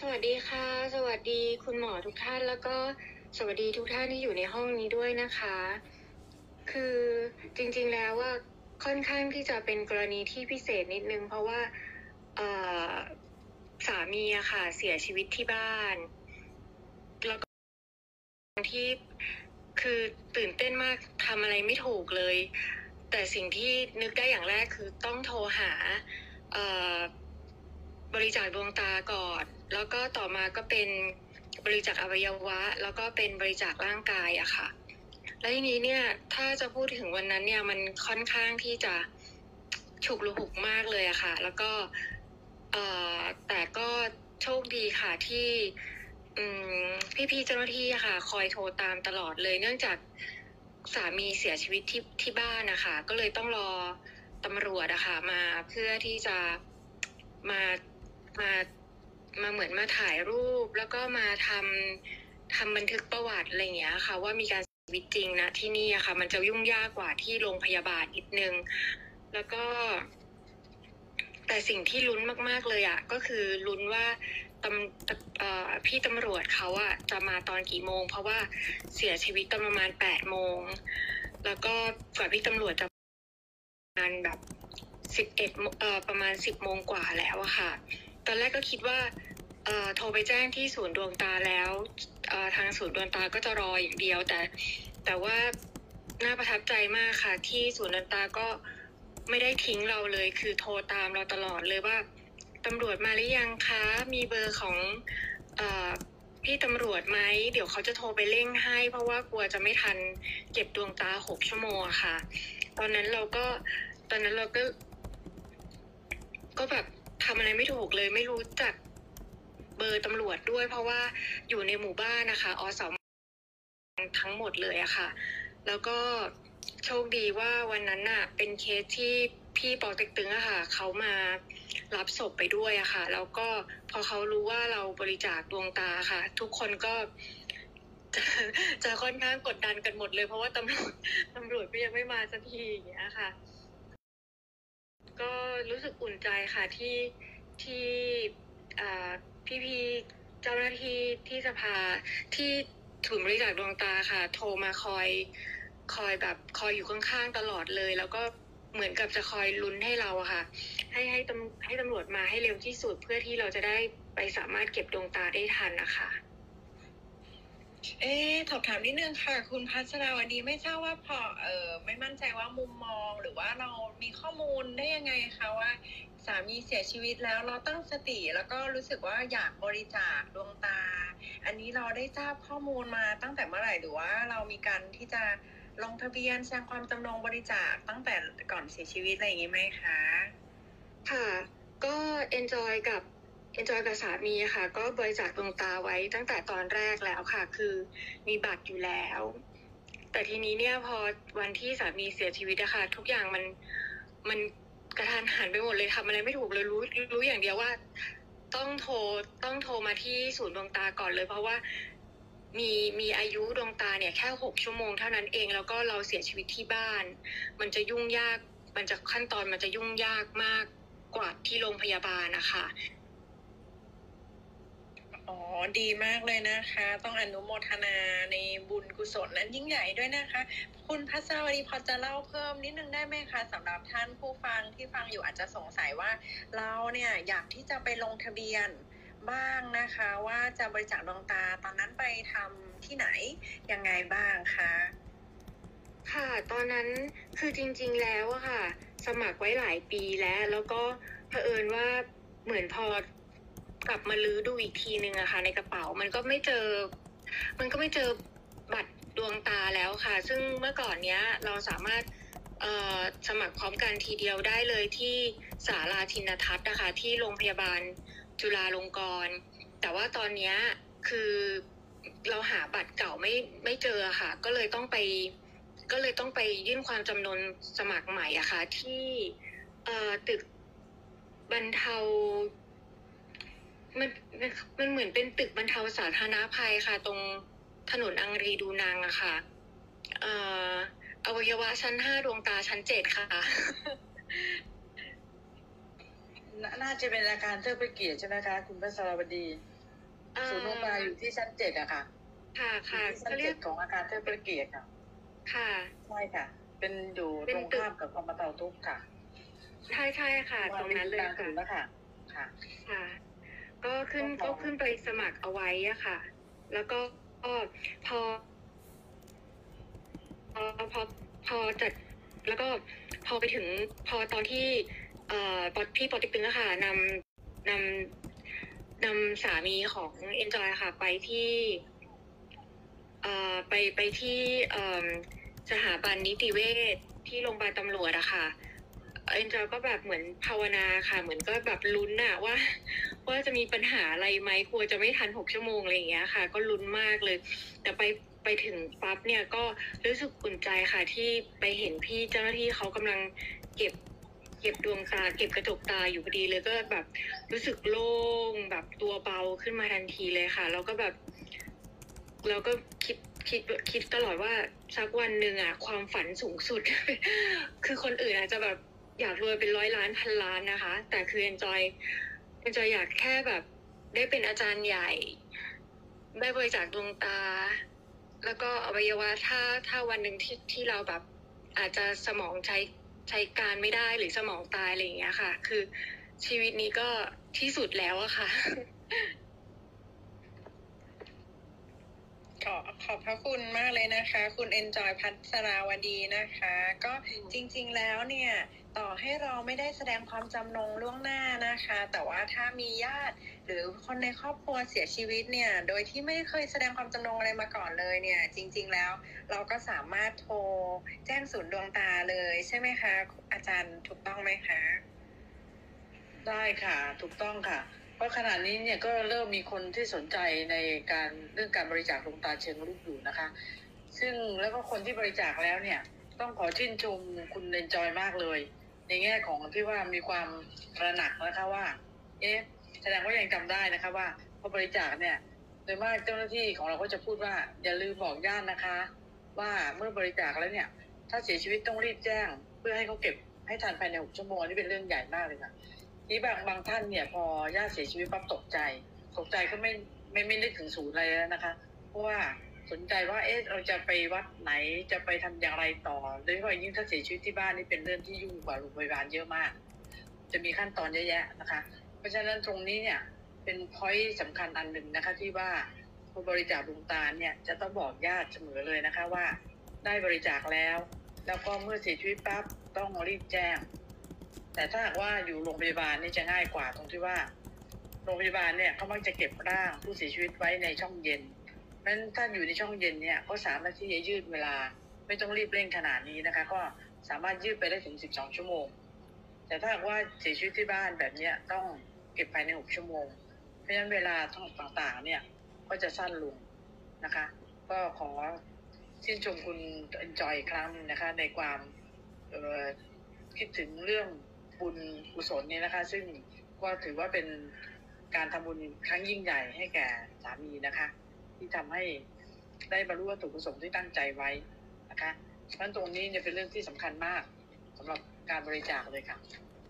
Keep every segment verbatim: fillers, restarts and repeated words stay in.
สวัสดีค่ะสวัสดีคุณหมอทุกท่านแล้วก็สวัสดีทุกท่านที่อยู่ในห้องนี้ด้วยนะคะคือจริงๆแล้วว่าค่อนข้างที่จะเป็นกรณีที่พิเศษนิดนึงเพราะว่าเอ่อสามีอะค่ะเสียชีวิตที่บ้านแล้วก็ที่คือตื่นเต้นมากทำอะไรไม่ถูกเลยแต่สิ่งที่นึกได้อย่างแรกคือต้องโทรหาเอ่อบริจาคดวงตาก่อนแล้วก็ต่อมาก็เป็นบริจาคอวัยวะแล้วก็เป็นบริจาคร่างกายอะค่ะแล้วทีนี้เนี่ยถ้าจะพูดถึงวันนั้นเนี่ยมันค่อนข้างที่จะฉุกละหุกมากเลยอะค่ะแล้วก็เอ่อแต่ก็โชคดีค่ะที่อืมพี่ๆเจ้าหน้าที่อะค่ะคอยโทรตามตลอดเลยเนื่องจากสามีเสียชีวิตที่ที่บ้านนะคะก็เลยต้องรอตำรวจอะค่ะมาเพื่อที่จะมามามาเหมือนมาถ่ายรูปแล้วก็มาทำทำบันทึกประวัติอะไรอย่างเงี้ยค่ะว่ามีการเสียชีวิตจริงนะที่นี่อะค่ะมันจะยุ่งยากกว่าที่โรงพยาบาลนิดนึงแล้วก็แต่สิ่งที่ลุ้นมากๆเลยอะก็คือลุ้นว่าตำเอ่อพี่ตำรวจเขาอะจะมาตอนกี่โมงเพราะว่าเสียชีวิตตอนประมาณแปดโมงแล้วก็กว่าพี่ตำรวจจะประมาณแบบสิบเอ็ดเอ่อประมาณสิบโมงกว่าแล้วอะค่ะตอนแรกก็คิดว่าเอ่อโทรไปแจ้งที่ศูนย์ดวงตาแล้วเอ่อทางศูนย์ดวงตาก็จะรออย่างเดียวแต่แต่ว่าน่าประทับใจมากค่ะที่ศูนย์ดวงตาก็ไม่ได้ทิ้งเราเลยคือโทรตามเราตลอดเลยว่าตำรวจมาหรือยังคะมีเบอร์ของเอ่อพี่ตำรวจไหมเดี๋ยวเขาจะโทรไปเร่งให้เพราะว่ากลัวจะไม่ทันเก็บดวงตาหกชั่วโมงอะค่ะตอนนั้นเราก็ตอนนั้นเราก็ก็แบบทำอะไรไม่ถูกเลยไม่รู้จักเบอร์ตำรวจด้วยเพราะว่าอยู่ในหมู่บ้านนะคะอสมทั้งหมดเลยอะค่ะแล้วก็โชคดีว่าวันนั้นน่ะเป็นเคสที่พี่ปอเต็กตึงอะค่ะเขามารับศพไปด้วยอะค่ะแล้วก็พอเขารู้ว่าเราบริจาคดวงตาค่ะทุกคนก็จะจะค่อนข้างกดดันกันหมดเลยเพราะว่าตำรวจตำรวจก็ยังไม่มาสักทีอย่างเงี้ยค่ะก็รู้สึกอุ่นใจค่ะที่ที่พี่ๆเจ้าหน้าที่ที่สภาที่ศูนย์บริจาคดวงตาค่ะโทรมาคอยคอยแบบคอยอยู่ข้างๆตลอดเลยแล้วก็เหมือนกับจะคอยลุ้นให้เราอะค่ะให้ให้ตำให้ตำรวจมาให้เร็วที่สุดเพื่อที่เราจะได้ไปสามารถเก็บดวงตาได้ทันนะคะเอ๊ะสอบถามนิดนึงค่ะคุณพัชราวดีไม่ทราบว่าพอเอ่อไม่มั่นใจว่ามุมมองหรือว่าเรามีข้อมูลได้ยังไงคะว่าสามีเสียชีวิตแล้วเราตั้งสติแล้วก็รู้สึกว่าอยากบริจาคดวงตาอันนี้เราได้ทราบข้อมูลมาตั้งแต่เมื่อไหร่หรือว่าเรามีการที่จะลงทะเบียนแสดงความจำนงบริจาคตั้งแต่ก่อนเสียชีวิตอะไรอย่างนี้ไหมคะค่ะก็ enjoy กับ enjoy กับสามีค่ะก็บริจาคดวงตาไว้ตั้งแต่ตอนแรกแล้วค่ะคือมีบัตรอยู่แล้วแต่ทีนี้เนี่ยพอวันที่สามีเสียชีวิตอะค่ะทุกอย่างมันมันกระทันหันไปหมดเลยทำอะไรไม่ถูกเลยรู้รู้อย่างเดียวว่าต้องโทรต้องโทรมาที่ศูนย์ดวงตาก่อนเลยเพราะว่ามีมีอายุดวงตาเนี่ยแค่หกชั่วโมงเท่านั้นเองแล้วก็เราเสียชีวิตที่บ้านมันจะยุ่งยากมันจะขั้นตอนมันจะยุ่งยากมากกว่าที่โรงพยาบาลนะคะอ๋อดีมากเลยนะคะต้องอนุโมทนาในบุญกุศลนั้นยิ่งใหญ่ด้วยนะคะคุณพัชรวดีพอจะเล่าเพิ่มนิดนึงได้ไหมคะสำหรับท่านผู้ฟังที่ฟังอยู่อาจจะสงสัยว่าเราเนี่ยอยากที่จะไปลงทะเบียนบ้างนะคะว่าจะบริจาคดวงตาตอนนั้นไปทำที่ไหนยังไงบ้างคะค่ะตอนนั้นคือจริงๆแล้วอะค่ะสมัครไว้หลายปีแล้วแล้วก็เผอิญว่าเหมือนพอกลับมาลื้อดูอีกทีนึงอะค่ะในกระเป๋ามันก็ไม่เจอมันก็ไม่เจอบัตรดวงตาแล้วค่ะซึ่งเมื่อก่อนเนี้ยเราสามารถเอ่อสมัครพร้อมกันทีเดียวได้เลยที่ศาลาธินทัศน์นะคะที่โรงพยาบาลจุฬาลงกรณ์แต่ว่าตอนเนี้ยคือเราหาบัตรเก่าไม่ไม่เจอค่ะก็เลยต้องไป ก็เลยต้องไปยื่นความจำนงสมัครใหม่อะค่ะที่เอ่อตึกบรรเทามันมันเหมือนเป็นตึกบรรเทาสาธารณภัยค่ะตรงถนนอังรีดูนังอะค่ะเอ่ออวัยวะชั้นห้าดวงตาชั้นเจ็ดค่ะน่าจะเป็นอาการเทิดพระเกียรติใช่ไหมคะคุณพัชรวดีเอ่ศูนย์ดวงตาออยู่ที่ชั้นเจ็ดอะค่ะค่ะอยู่ค่ะที่ชั้เขานเรีเจ็ยกด ของอาคารเทิดพระเกียรติค่ะค่ะใช่ค่ะ เป็นอยู่เป็ตนรงตึข้าก มกับกมต.ทุกข์ค่ะใช่ ๆ ค่ะมาตรงรินั้นมเลกลาย งคถ่ะนนแล้วค่ะ ค่ะค่ะ ก็ขึก้็นขอก็ขึ้นไปสมัครเอาไว้อะค่ะ แล้วก็ ก็พอ พอ พอ พอจัด แล้วก็พอไปถึง พอตอนที่ เอ่อ ป พี่ ปอ เต็กตึงอะค่ะ นำ นำ นำสามีของเอนจอยอะค่ะ ไปที่ เอ่อ ไป ไปที่ เอ่อ สถาบันนิติเวชที่โรงพยาบาลตำรวจอะค่ะ เอนจอยก็แบบเหมือนภาวนาค่ะ เหมือนก็แบบลุ้นอะว่า ว่าจะมีปัญหาอะไรไหม กลัวจะไม่ทัน หก ชั่วโมง อะไรอย่างเงี้ยค่ะ ก็ลุ้นมากเลย แต่ไป ไปถึงปั๊บเนี่ยก็รู้สึกอุ่นใจค่ะ ที่ไปเห็นพี่เจ้าหน้าที่เขากำลังเก็บ เก็บดวงตา เก็บกระจกตาอยู่พอดีเลย ก็แบบรู้สึกโล่ง แบบตัวเบาขึ้นมาทันทีเลยค่ะ แล้วก็แบบ เราก็คิด คิด คิดตลอดว่าสักวันหนึ่งอะความฝันสูงสุด คือคนอื่นอาจจะแบบอยากรวยเป็นร้อยล้านพันล้านนะคะ แต่คือเอนจอย เอนจอยอยากแค่แบบได้เป็นอาจารย์ใหญ่ ได้บริจาคดวงตา แล้วก็อวัยวะ ถ้า ถ้าวันหนึ่งที่ ที่เราแบบอาจจะสมองใช้ ใช้การไม่ได้หรือสมองตาย อะไรอย่างเงี้ยค่ะ คือชีวิตนี้ก็ที่สุดแล้วอะค่ะขอ ขอบพระคุณมากเลยนะคะ คุณเอนจอย พัสราวดีนะคะ ก็จริง ๆ แล้วเนี่ย ต่อให้เราไม่ได้แสดงความจำนงล่วงหน้านะคะ แต่ว่าถ้ามีญาติ หรือคนในครอบครัวเสียชีวิตเนี่ย โดยที่ไม่เคยแสดงความจำนงอะไรมาก่อนเลยเนี่ย จริง ๆ แล้วเราก็สามารถโทรแจ้งศูนย์ดวงตาเลยใช่ไหมคะ อาจารย์ถูกต้องไหมคะ? ได้ค่ะ ถูกต้องค่ะ เพราะขณะนี้เนี่ยก็เริ่มมีคนที่สนใจในการ เรื่องการบริจาคดวงตาเชิงรุกอยู่นะคะ ซึ่งแล้วก็คนที่บริจาคแล้วเนี่ย ต้องขอชื่นชมคุณเอนจอยมากเลย ในแง่ของที่ว่ามีความตระหนักนะคะว่า เอ๊ะ แสดงว่ายังจำได้นะคะว่าพอบริจาคเนี่ย โดยมากเจ้าหน้าที่ของเราก็จะพูดว่า อย่าลืมบอกญาตินะคะ ว่าเมื่อบริจาคแล้วเนี่ย ถ้าเสียชีวิตต้องรีบแจ้ง เพื่อให้เขาเก็บให้ทันภายใน หก ชั่วโมง อันนี้เป็นเรื่องใหญ่มากเลยค่ะ ทีนี้บาง บางท่านเนี่ย พอญาติเสียชีวิตปั๊บตกใจ ตกใจก็ไม่ ไม่ ไม่นึกถึงศูนย์อะไรแล้วนะคะ เพราะว่าสนใจว่า เอ๊ะ เราจะไปวัดไหน จะไปทำอย่างไรต่อ โดยเฉพาะอย่างยิ่งถ้าเสียชีวิตที่บ้านนี่เป็นเรื่องที่ยุ่งกว่าโรงพยาบาลเยอะมาก จะมีขั้นตอนเยอะแยะนะคะ เพราะฉะนั้นตรงนี้เนี่ยเป็น พ็อยนต์ สำคัญอันหนึ่งนะคะ ที่ว่าผู้บริจาคดวงตาเนี่ยจะต้องบอกญาติเสมอเลยนะคะว่า ได้บริจาคแล้ว แล้วก็เมื่อเสียชีวิตปั๊บต้องรีบแจ้ง แต่ถ้าหากว่าอยู่โรงพยาบาลนี่จะง่ายกว่าตรงที่ว่า โรงพยาบาลเนี่ยเขามักจะเก็บร่างผู้เสียชีวิตไว้ในช่องเย็น เพราะฉะนั้นถ้าอยู่ในช่องเย็นเนี่ยเขาสามารถที่จะยืดเวลา ไม่ต้องรีบเร่งขนาดนี้นะคะ ก็สามารถยืดไปได้ถึง สิบสอง ชั่วโมง แต่ถ้าหากว่าเสียชีวิตที่บ้านแบบเนี้ยต้องเก็บภายใน หก ชั่วโมง เพราะฉะนั้นเวลาต่างๆเนี่ยก็จะสั้นลงนะคะ ก็ขอชื่นชมคุณเอนจอยอีกครั้งหนึ่งนะคะ ในความ เอ่อ คิดถึงเรื่องบุญกุศลนี้นะคะ ซึ่งก็ถือว่าเป็นการทำบุญครั้งยิ่งใหญ่ให้แก่สามีนะคะ ที่ทำให้ได้บรรลุวัตถุประสงค์ที่ตั้งใจไว้นะคะ เพราะฉะนั้นตรงนี้เนี่ยเป็นเรื่องที่สำคัญมากสำหรับการบริจาคเลยค่ะ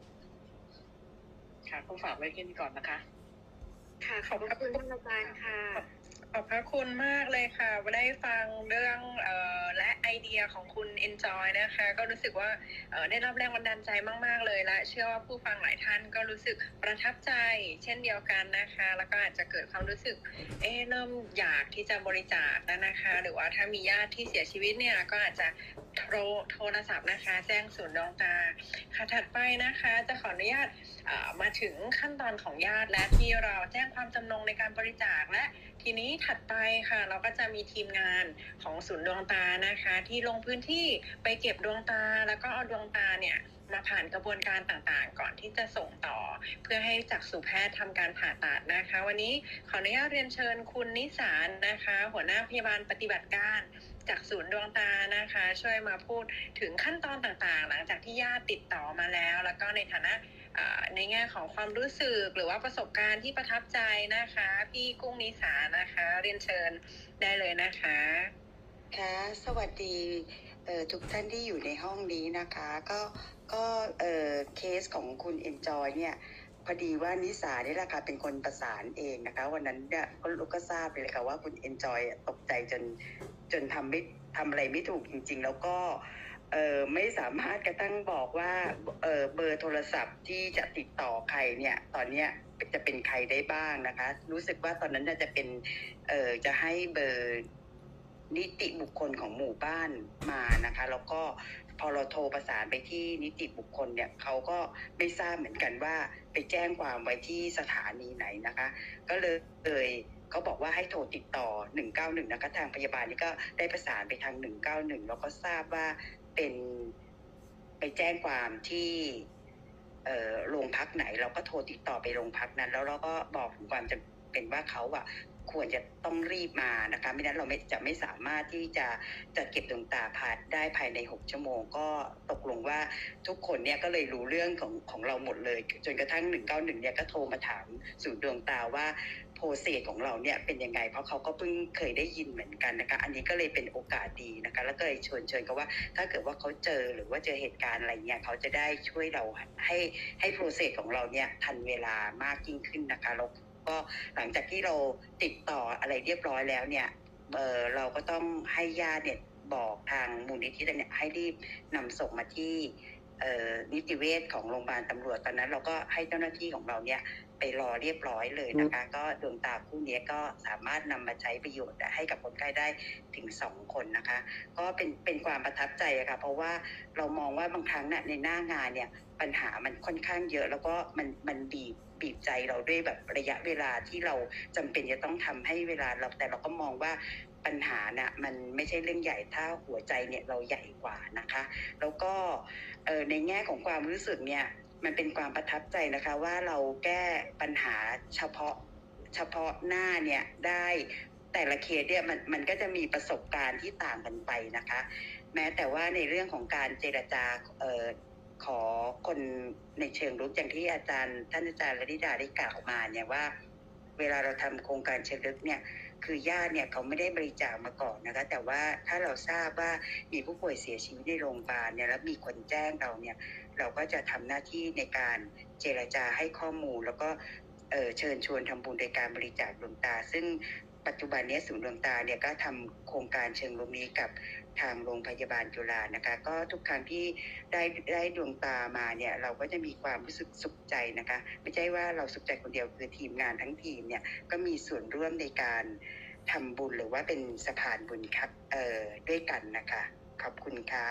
ค่ะ ก็ฝากไว้แค่นี้ก่อนนะคะค่ะ ขอบพระคุณท่านอาจารย์ค่ะขอบพระคุณมากเลยค่ะ ได้ฟังเรื่อง เอ่อ และไอเดียของคุณเอนจอยนะคะ ก็รู้สึกว่า เอ่อ ได้รับแรงบันดาลใจมาก ๆ เลย และเชื่อว่าผู้ฟังหลายท่านก็รู้สึกประทับใจเช่นเดียวกันนะคะ แล้วก็อาจจะเกิดความรู้สึก เอ๊ะ เริ่มอยากที่จะบริจาคแล้วนะคะ หรือว่าถ้ามีญาติที่เสียชีวิตเนี่ย ก็อาจจะโทร โทรศัพท์นะคะ แจ้งศูนย์ดวงตา ค่ะ ถัดไปนะคะจะขออนุญาต อ่า มาถึงขั้นตอนของญาติและที่เราแจ้งความจำนงในการบริจาค และทีนี้ถัดไปค่ะ เราก็จะมีทีมงานของศูนย์ดวงตานะคะ ที่ลงพื้นที่ไปเก็บดวงตา แล้วก็เอาดวงตาเนี่ยมาผ่านกระบวนการต่างๆ ก่อนที่จะส่งต่อ เพื่อให้จักษุแพทย์ทำการผ่าตัดนะคะ วันนี้ขออนุญาตเรียนเชิญคุณนิสานะคะ หัวหน้าพยาบาลปฏิบัติการจากศูนย์ดวงตานะคะ ช่วยมาพูดถึงขั้นตอนต่างๆ หลังจากที่ญาติติดต่อมาแล้ว แล้วก็ในฐานะ อ่า ในแง่ของความรู้สึก หรือว่าประสบการณ์ที่ประทับใจนะคะ พี่กุ้งนิสานะคะ เรียนเชิญได้เลยนะคะค่ะ สวัสดี เอ่อ ทุกท่านที่อยู่ในห้องนี้นะคะ ก็ ก็ เอ่อ เคสของคุณเอนจอยเนี่ย มพอดีว่านิสาเนี่ยแหละค่ะเป็นคนประสานเองนะคะวันนั้นเนี่ยก็ลูกก็ทราบเลยค่ะว่าคุณเอนจอยตกใจจนจนทำไม่ทำอะไรไม่ถูกจริงๆแล้วก็เออไม่สามารถกระทั่งบอกว่าเออเบอร์โทรศัพท์ที่จะติดต่อใครเนี่ยตอนเนี้ยจะเป็นใครได้บ้างนะคะรู้สึกว่าตอนนั้นน่าจะเป็นเออจะให้เบอร์นิติบุคคลของหมู่บ้านมานะคะแล้วก็พอเราโทรประสานไปที่นิติบุคคลเนี่ยเขาก็ไม่ทราบเหมือนกันว่าไปแจ้งความไว้ที่สถานีไหนนะคะก็เลยเลยเขาบอกว่าให้โทรติดต่อหนึ่งเก้าหนึ่งนะคะทางพยาบาลนี่ก็ได้ประสานไปทางหนึ่งเก้าหนึ่งแล้วก็ทราบว่าเป็นไปแจ้งความที่เอ่อโรงพักไหนเราก็โทรติดต่อไปโรงพักนั้นแล้วเราก็บอกถึงความจำเป็นว่าเขาอะควรจะต้องรีบมานะคะไม่นั้นเราไม่จะไม่สามารถที่จะจัดเก็บดวงตาผ่านได้ภายในหกชั่วโมงก็ตกลงว่าทุกคนเนี่ยก็เลยรู้เรื่องของของเราหมดเลยจนกระทั่งหนึ่งเก้าหนึ่งเนี่ยก็โทรมาถามศูนย์ดวงตาว่าโปรเซสของเราเนี่ยเป็นยังไงเพราะเขาก็เพิ่งเคยได้ยินเหมือนกันนะคะอันนี้ก็เลยเป็นโอกาสดีนะคะแล้วก็เลยชวนเชิญเขาว่าถ้าเกิดว่าเขาเจอหรือว่าเจอเหตุการณ์อะไรเงี้ยเขาจะได้ช่วยเราให้ให้โปรเซสของเราเนี่ยทันเวลามากยิ่งขึ้นนะคะแล้วก็หลังจากที่เราติดต่ออะไรเรียบร้อยแล้วเนี่ยเออเราก็ต้องให้ญาติเนี่ยบอกทางมูลนิธิเนี่ยให้รีบนำส่งมาที่เอ่อนิติเวชของโรงพยาบาลตำรวจตอนนั้นเราก็ให้เจ้าหน้าที่ของเราเนี่ยไปรอเรียบร้อยเลยนะคะก็ดวงตาคู่นี้ก็สามารถนำมาใช้ประโยชน์ให้กับคนไข้ได้ถึงสองคนนะคะก็เป็นเป็นความประทับใจค่ะเพราะว่าเรามองว่าบางครั้งเนี่ยในหน้างานเนี่ยปัญหามันค่อนข้างเยอะแล้วก็มันมันบีบบีบใจเราด้วยแบบระยะเวลาที่เราจำเป็นจะต้องทำให้เวลาเราแต่เราก็มองว่าปัญหาน่ะมันไม่ใช่เรื่องใหญ่ถ้าหัวใจเนี่ยเราใหญ่กว่านะคะแล้วก็เอ่อในแง่ของความรู้สึกเนี่ยมันเป็นความประทับใจนะคะว่าเราแก้ปัญหาเฉพาะเฉพาะหน้าเนี่ยได้แต่ละเคสเนี่ยมันมันก็จะมีประสบการณ์ที่ต่างกันไปนะคะแม้แต่ว่าในเรื่องของการเจรจาเอ่อขอคนในเชิงรุกอย่างที่อาจารย์ท่านอาจารย์ลลิดาได้กล่าวมาเนี่ยว่าเวลาเราทำโครงการเชิงรุกเนี่ยคือญาติเนี่ยเขาไม่ได้บริจาคมาก่อนนะคะแต่ว่าถ้าเราทราบว่ามีผู้ป่วยเสียชีวิตในโรงพยาบาลเนี่ยแล้วมีคนแจ้งเราเนี่ยเราก็จะทำหน้าที่ในการเจรจาให้ข้อมูลแล้วก็เอ่อเชิญชวนทำบุญโดยการบริจาคดวงตาซึ่งปัจจุบันนี้ศูนย์ดวงตาเนี่ยก็ทำโครงการเชิงรุกนี้กับทางโรงพยาบาลจุฬานะคะก็ทุกครั้งที่ได้ได้ดวงตามาเนี่ยเราก็จะมีความรู้สึกสุขใจนะคะไม่ใช่ว่าเราสุขใจคนเดียวคือทีมงานทั้งทีมเนี่ยก็มีส่วนร่วมในการทำบุญหรือว่าเป็นสะพานบุญครับเอ่อด้วยกันนะคะขอบคุณค่ะ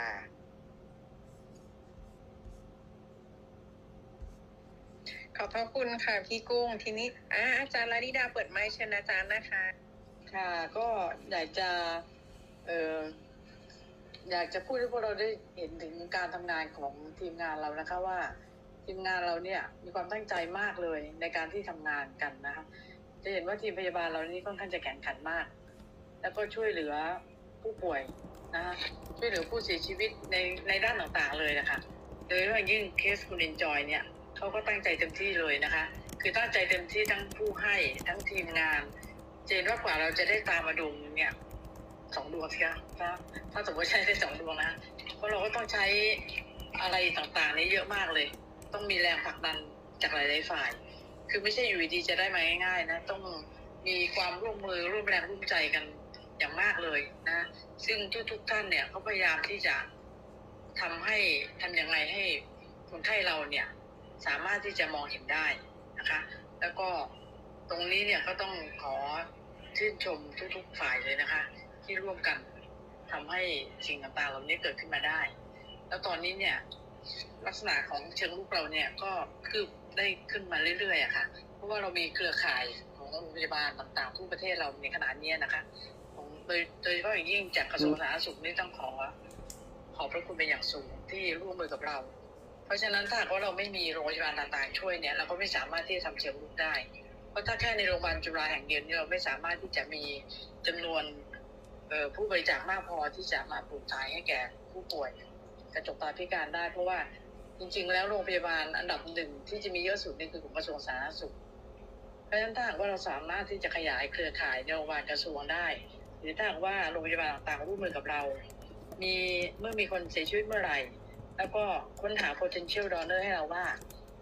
ขอบพระคุณค่ะพี่กุ้งทีนี้อ่าอาจารย์ลลิดาเปิดไมค์เชิญอาจารย์นะคะค่ะก็อยากจะเอ่ออยากจะพูดให้พวกเราได้เห็นถึงการทำงานของทีมงานเรานะคะว่าทีมงานเราเนี่ยมีความตั้งใจมากเลยในการที่ทำงานกันนะคะจะเห็นว่าทีมพยาบาลเรานี่ค่อนข้างจะแข่งขันมากแล้วก็ช่วยเหลือผู้ป่วยนะคะช่วยเหลือผู้เสียชีวิตในในด้านต่างๆเลยนะคะโดยเฉพาะยิ่งเคสคุณเอนจอยเนี่ยเขาก็ตั้งใจเต็มที่เลยนะคะคือตั้งใจเต็มที่ทั้งผู้ให้ทั้งทีมงานเจนว่ากว่าเราจะได้ตามมาดูเนี่ยสองดวงสิคะถ้าถ้าสมมติใช้ได้สองดวงนะเพราะเราก็ต้องใช้อะไรต่างๆนี้เยอะมากเลยต้องมีแรงผลักดันจากหลายๆฝ่ายคือไม่ใช่อยู่ดีจะได้มาง่ายๆนะต้องมีความร่วมมือร่วมแรงร่วมใจกันอย่างมากเลยนะซึ่งทุกๆท่านเนี่ยเขาพยายามที่จะทำให้ทำยังไงให้คนไข้เราเนี่ยสามารถที่จะมองเห็นได้นะคะแล้วก็ตรงนี้เนี่ยก็ต้องขอชื่นชมทุกๆฝ่ายเลยนะคะที่ร่วมกันทำให้สิ่งต่างๆเหล่านี้เกิดขึ้นมาได้แล้วตอนนี้เนี่ยลักษณะของเชิงรุกเราเนี่ยก็คืบได้ขึ้นมาเรื่อยๆอะค่ะเพราะว่าเรามีเครือข่ายของโรงพยาบาลต่างๆทั่วประเทศเราในขณะนี้นะคะของโดยโดยเฉพาะอย่างยิ่งจากกระทรวงสาธารณสุขนี่ต้องขอขอบพระคุณเป็นอย่างสูงที่ร่วมมือกับเราเพราะฉะนั้นถ้าว่าเราไม่มีโรงพยาบาลต่างๆช่วยเนี่ยเราก็ไม่สามารถที่จะทำเชิงรุกได้เพราะถ้าแค่ในโรงพยาบาลจุฬาแห่งเดียวนี่เราไม่สามารถที่จะมีจำนวนผู้บริจาคมากพอที่จะมาปลูกถ่ายให้แก่ผู้ป่วยกระจกตาพิการได้เพราะว่าจริงๆแล้วโรงพยาบาลอันดับหนึ่งที่จะมีเยอะสุดนี่คือของกระทรวงสาธารณสุขเพราะฉะนั้นถ้าหากว่าเราสามารถที่จะขยายเครือข่ายในโรงพยาบาลกระทรวงได้หรือถ้าหากว่าโรงพยาบาลต่างๆร่วมมือกับเรามีเมื่อมีคนเสียชีวิตเมื่อไหร่แล้วก็ค้นหา potential donor ให้เราว่าค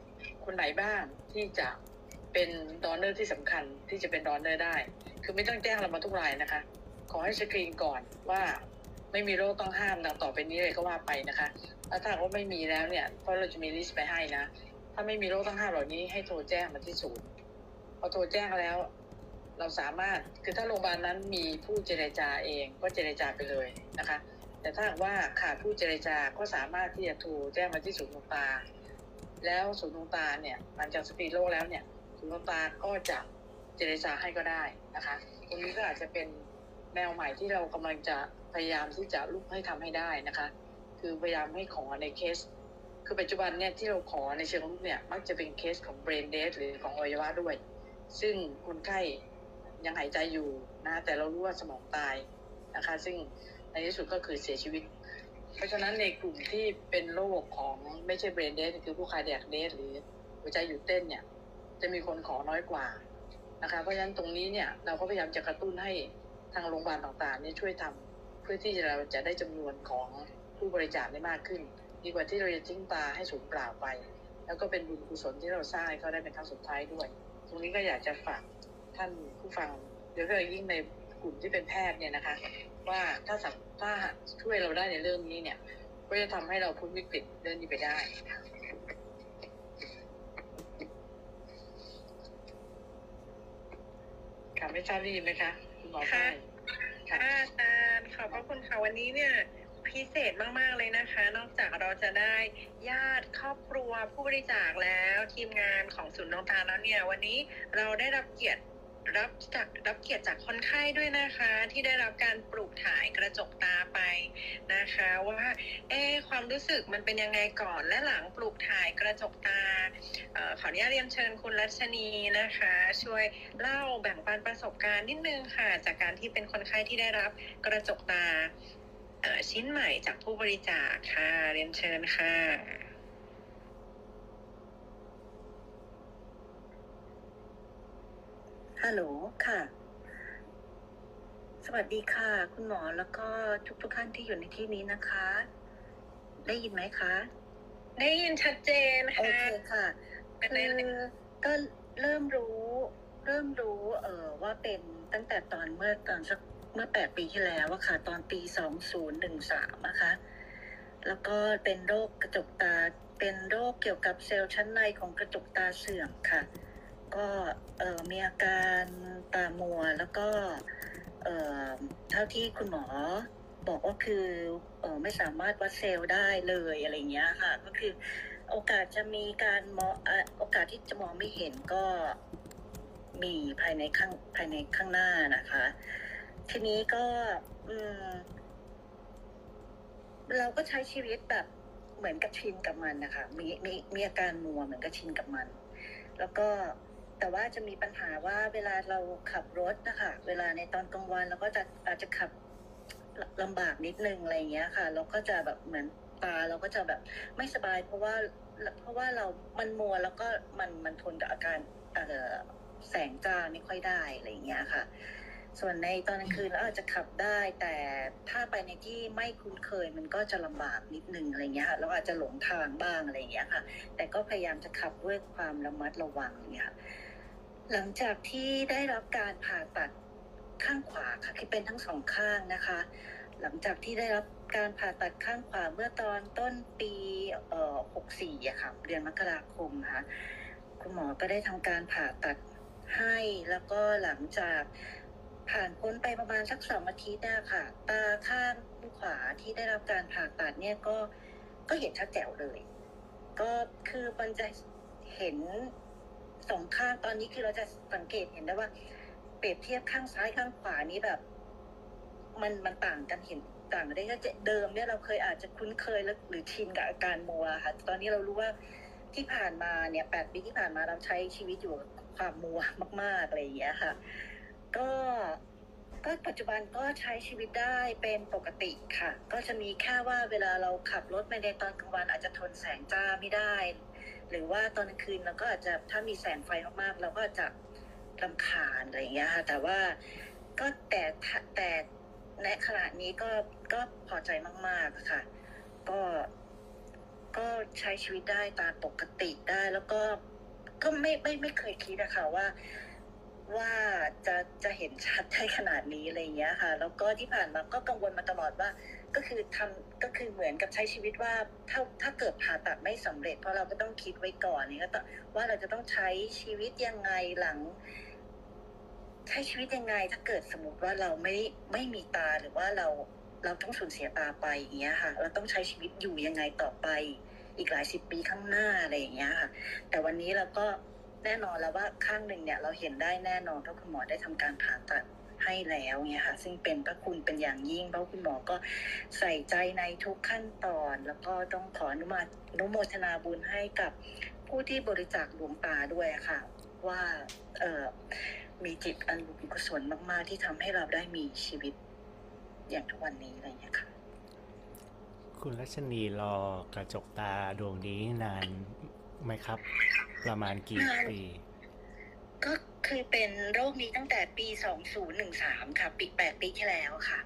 คนไหนบ้างที่จะเป็นดอนเนอร์ที่สำคัญที่จะเป็นดอนเนอร์ได้คือไม่ต้องแจ้งเรามาทุกรายนะคะขอให้สกรีนก่อนว่าไม่มีโรคต้องห้ามดังต่อไปนี้เลยก็ว่าไปนะคะแล้วถ้าว่าไม่มีแล้วเนี่ยเพราะเราจะมีลิสต์ไปให้นะถ้าไม่มีโรคต้องห้ามเหล่านี้ให้โทรแจ้งมาที่ศูนย์พอโทรแจ้งแล้วเราสามารถคือถ้าโรงพยาบาลนั้นมีผู้เจรจาเองก็เจรจาไปเลยนะคะแต่ถ้าว่าขาดผู้เจรจาก็สามารถที่จะโทรแจ้งมาที่ศูนย์ดวงตาแล้วศูนย์ดวงตาเนี่ยหลังจากสกรีนโรคแล้วเนี่ยศูนย์ดวงตาก็จะเจรจาให้ก็ได้นะคะตรงนี้ก็อาจจะเป็นแนวใหม่ที่เรากำลังจะพยายามที่จะลุกให้ทำให้ได้นะคะคือพยายามให้ขอในเคสคือปัจจุบันเนี่ยที่เราขอในเชิงลุกเนี่ยมักจะเป็นเคสของ brain death หรือของอวัยวะด้วยซึ่งคนไข้ยังหายใจอยู่นะแต่เรารู้ว่าสมองตายนะคะซึ่งในที่สุดก็คือเสียชีวิตเพราะฉะนั้นในกลุ่มที่เป็นโรคของไม่ใช่ brain death คือผู้ cardiac death หรือหัวใจหยุดเต้นเนี่ยจะมีคนขอน้อยกว่านะคะเพราะฉะนั้นตรงนี้เนี่ยเราก็พยายามจะกระตุ้นให้ทางโรงพยาบาลต่างๆนี่ช่วยทำเพื่อที่เราจะได้จำนวนของผู้บริจาคได้มากขึ้นดีกว่าที่เราจะทิ้งตาให้สูญเปล่าไปแล้วก็เป็นบุญกุศลที่เราสร้างให้เขาได้เป็นครั้งสุดท้ายด้วยตรงนี้ก็อยากจะฝากท่านผู้ฟังโดยเฉพาะยิ่งในกลุ่มที่เป็นแพทย์เนี่ยนะคะว่าถ้าสัมถ้าช่วยเราได้ในเรื่องนี้เนี่ยก็จะทำให้เราพ้นวิกฤตเรื่องนี้ไปได้ค่ะไม่ทราบได้ยินไหมคะคุณหมอค่ะค่ะอาจารย์ขอบพระคุณค่ะวันนี้เนี่ยพิเศษมากๆเลยนะคะนอกจากเราจะได้ญาติครอบครัวผู้บริจาคแล้วทีมงานของศูนย์ดวงตาแล้วเนี่ยวันนี้เราได้รับเกียรติรับจากรับเกียรติจากคนไข้ด้วยนะคะที่ได้รับการปลูกถ่ายกระจกตาไปนะคะว่าเอ๊ะความรู้สึกมันเป็นยังไงก่อนและหลังปลูกถ่ายกระจกตาเอ่อขออนุญาตเรียนเชิญคุณรัชนีนะคะช่วยเล่าแบ่งปันประสบการณ์นิดนึงค่ะจากการที่เป็นคนไข้ที่ได้รับกระจกตาเอ่อชิ้นใหม่จากผู้บริจาคค่ะเรียนเชิญค่ะฮัลโหลค่ะสวัสดีค่ะคุณหมอแล้วก็ทุกทุกท่านที่อยู่ในที่นี้นะคะได้ยินไหมคะได้ยินชัดเจนค่ะโอเคค่ะคือก็เริ่มรู้เริ่มรู้เอ่อว่าเป็นตั้งแต่ตอนเมื่อตอนสักเมื่อแปดปีที่แล้วอะค่ะตอนปีสองพันสิบสามนะคะแล้วก็เป็นโรคกระจกตาเป็นโรคเกี่ยวกับเซลล์ชั้นในของกระจกตาเสื่อมค่ะก็เอ่อมีอาการตามัวแล้วก็เอ่อเท่าที่คุณหมอบอกว่าคือเอ่อไม่สามารถวัดเซลล์ได้เลยอะไรเงี้ยค่ะก็คือโอกาสจะมีการมองโอกาสที่จะมองไม่เห็นก็มีภายในข้างภายในข้างหน้านะคะทีนี้ก็อืมเราก็ใช้ชีวิตแบบเหมือนกับชินกับมันนะคะมีมีมีอาการมัวเหมือนกับชินกับมันแล้วก็แต่ว่าจะมีปัญหาว่าเวลาเราขับรถนะคะเวลาในตอนกลางวันเราก็จะอาจจะขับลำบากนิดนึงอะไรเงี้ยค่ะเราก็จะแบบเหมือนตาเราก็จะแบบไม่สบายเพราะว่าเพราะว่าเรามันมัวแล้วก็มันมันทนกับอาการเอ่อแสงจ้าไม่ค่อยได้อะไรเงี้ยค่ะส่วนในตอนกลางคืนเราอาจจะขับได้แต่ถ้าไปในที่ไม่คุ้นเคยมันก็จะลำบากนิดนึงอะไรเงี้ยค่ะเราอาจจะหลงทางบ้างอะไรเงี้ยค่ะแต่ก็พยายามจะขับด้วยความระมัดระวังเนี่ยหลังจากที่ได้รับการผ่าตัดข้างขวาค่ะที่เป็นทั้งสองข้างนะคะหลังจากที่ได้รับการผ่าตัดข้างขวาเมื่อตอนต้นปีเอ่อหกสี่อะค่ะเดือนมกราคมค่ะคุณหมอก็ได้ทำการผ่าตัดให้แล้วก็หลังจากผ่านพ้นไปประมาณสักสองอาทิตย์นะคะตาข้างขวาที่ได้รับการผ่าตัดเนี่ยก็ก็เห็นชัดแจ๋วเลยก็คือมันจะเห็นสองข้างตอนนี้คือเราจะสังเกตเห็นได้ว่าเปรียบเทียบข้างซ้ายข้างขวานี้แบบมันมันต่างกันเห็นต่างได้ก็เดิมเนี่ยเราเคยอาจจะคุ้นเคยหรือชินกับอาการมัวค่ะตอนนี้เรารู้ว่าที่ผ่านมาเนี่ยแปดปีที่ผ่านมาเราใช้ชีวิตอยู่กับความมัวมากๆอะไรอย่างเงี้ยค่ะก็ก็ปัจจุบันก็ใช้ชีวิตได้เป็นปกติค่ะก็จะมีแค่ว่าเวลาเราขับรถไปในตอนกลางวันอาจจะทนแสงจ้าไม่ได้หรือว่าตอนกลางคืนเราก็อาจจะถ้ามีแสงไฟมากๆเราก็อาจจะรำคาญอะไรอย่างเงี้ยค่ะแต่ว่าก็แต่แต่ในขณะนี้ก็ก็พอใจมากๆค่ะก็ก็ใช้ชีวิตได้ตามปกติได้แล้วก็ก็ไม่ไม่ไม่เคยคิดอะค่ะว่าว่าจะจะเห็นชัดได้ขนาดนี้อะไรอย่างเงี้ยค่ะ แล้วก็ที่ผ่านมาก็กังวลมาตลอดว่าก็คือทำก็คือเหมือนกับใช้ชีวิตว่าถ้าถ้าเกิดผ่าตัดไม่สำเร็จเพราะเราก็ต้องคิดไว้ก่อนนี่ก็ต้องว่าเราจะต้องใช้ชีวิตยังไงหลัง ใช้ชีวิตยังไงถ้าเกิดสมมติว่าเราไม่ไม่มีตาหรือว่าเราเราต้องสูญเสียตาไปอย่างเงี้ยค่ะเราต้องใช้ชีวิตอยู่ยังไงต่อไปอีกหลายสิบปีข้างหน้าอะไรอย่างเงี้ยค่ะแต่วันนี้เราก็แน่นอนแล้วว่าข้างหนึ่งเนี่ยเราเห็นได้แน่นอนเพราะคุณหมอได้ทำการผ่าตัดให้แล้วเนี่ยค่ะซึ่งเป็นพระคุณเป็นอย่างยิ่งเพราะคุณหมอก็ใส่ใจในทุกขั้นตอนแล้วก็ต้องขออนุมาอนุโมทนาบุญให้กับผู้ที่บริจาคดวงตาด้วยค่ะว่าเอ่อมีจิตอันบุญกุศลมากๆที่ทำให้เราได้มีชีวิตอย่างทุกวันนี้อะไรอย่างเงี้ยค่ะคุณรัชนีรอกระจกตาดวงนี้นานไหมครับ ประมาณกี่ปีก็คือเป็นโรคนี้ตั้งแต่ปีสองพันสิบสามค่ะปีแปดปีที่แล้วค่ะ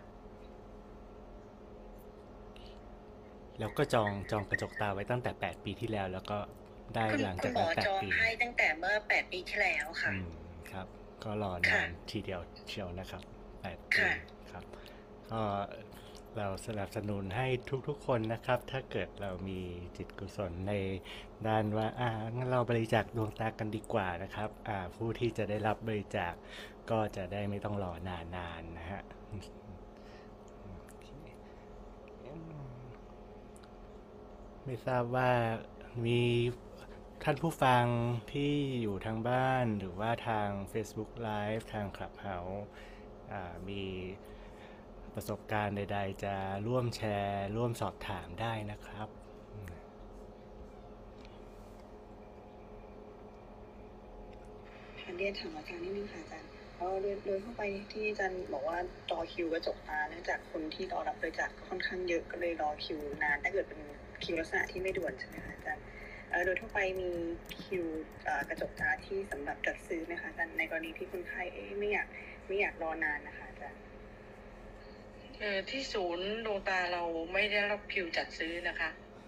แล้วก็จองจองกระจกตาไว้ตั้งแต่แปดปีที่แล้ว แล้วก็ได้คุณหลังคุจาณกหมนั้อนแปดจองปีให้ตั้งแต่เมื่อแปดปีที่แล้วค่ะอืมครับ ก็รอนานทีเดียวเชียวนะครับแปดปีค่ะครับก็เราสนับสนุนให้ทุกๆคนนะครับ ถ้าเกิดเรามีจิตกุศลในด้านว่าอ่างั้นเราบริจาคดวงตากันดีกว่านะครับอ่าผู้ที่จะได้รับบริจาคก็จะได้ไม่ต้องรอนานๆนะฮะไม่ทราบว่ามีท่านผู้ฟังที่อยู่ทางบ้านหรือว่าทาง Facebook Live ทาง Clubhouse อ่ามีประสบการณ์ใดๆจะร่วมแชร์ร่วมสอบถามได้นะครับเรียนถามอาจารย์นิดนึงค่ะอาจารย์เพราะโดยโดยทั่วไปที่อาจารย์บอกว่ารอคิวกระจกตาเนื่องจากคนที่รอรับบริจาคก็ค่อนข้างเยอะก็เลยรอคิวนานถ้าเกิดเป็นคิวลักษณะที่ไม่ด่วนใช่ไหมคะอาจารย์โดยทั่วไปมีคิวกระจกตาที่สำหรับจัดซื้อไหมคะอาจารย์ในกรณีที่คนไข้ไม่อยากไม่อยากรอนานนะคะอาจารย์เออที่ศูนย์ดวงตาเราไม่ได้รับคิวจัดซื้อนะคะ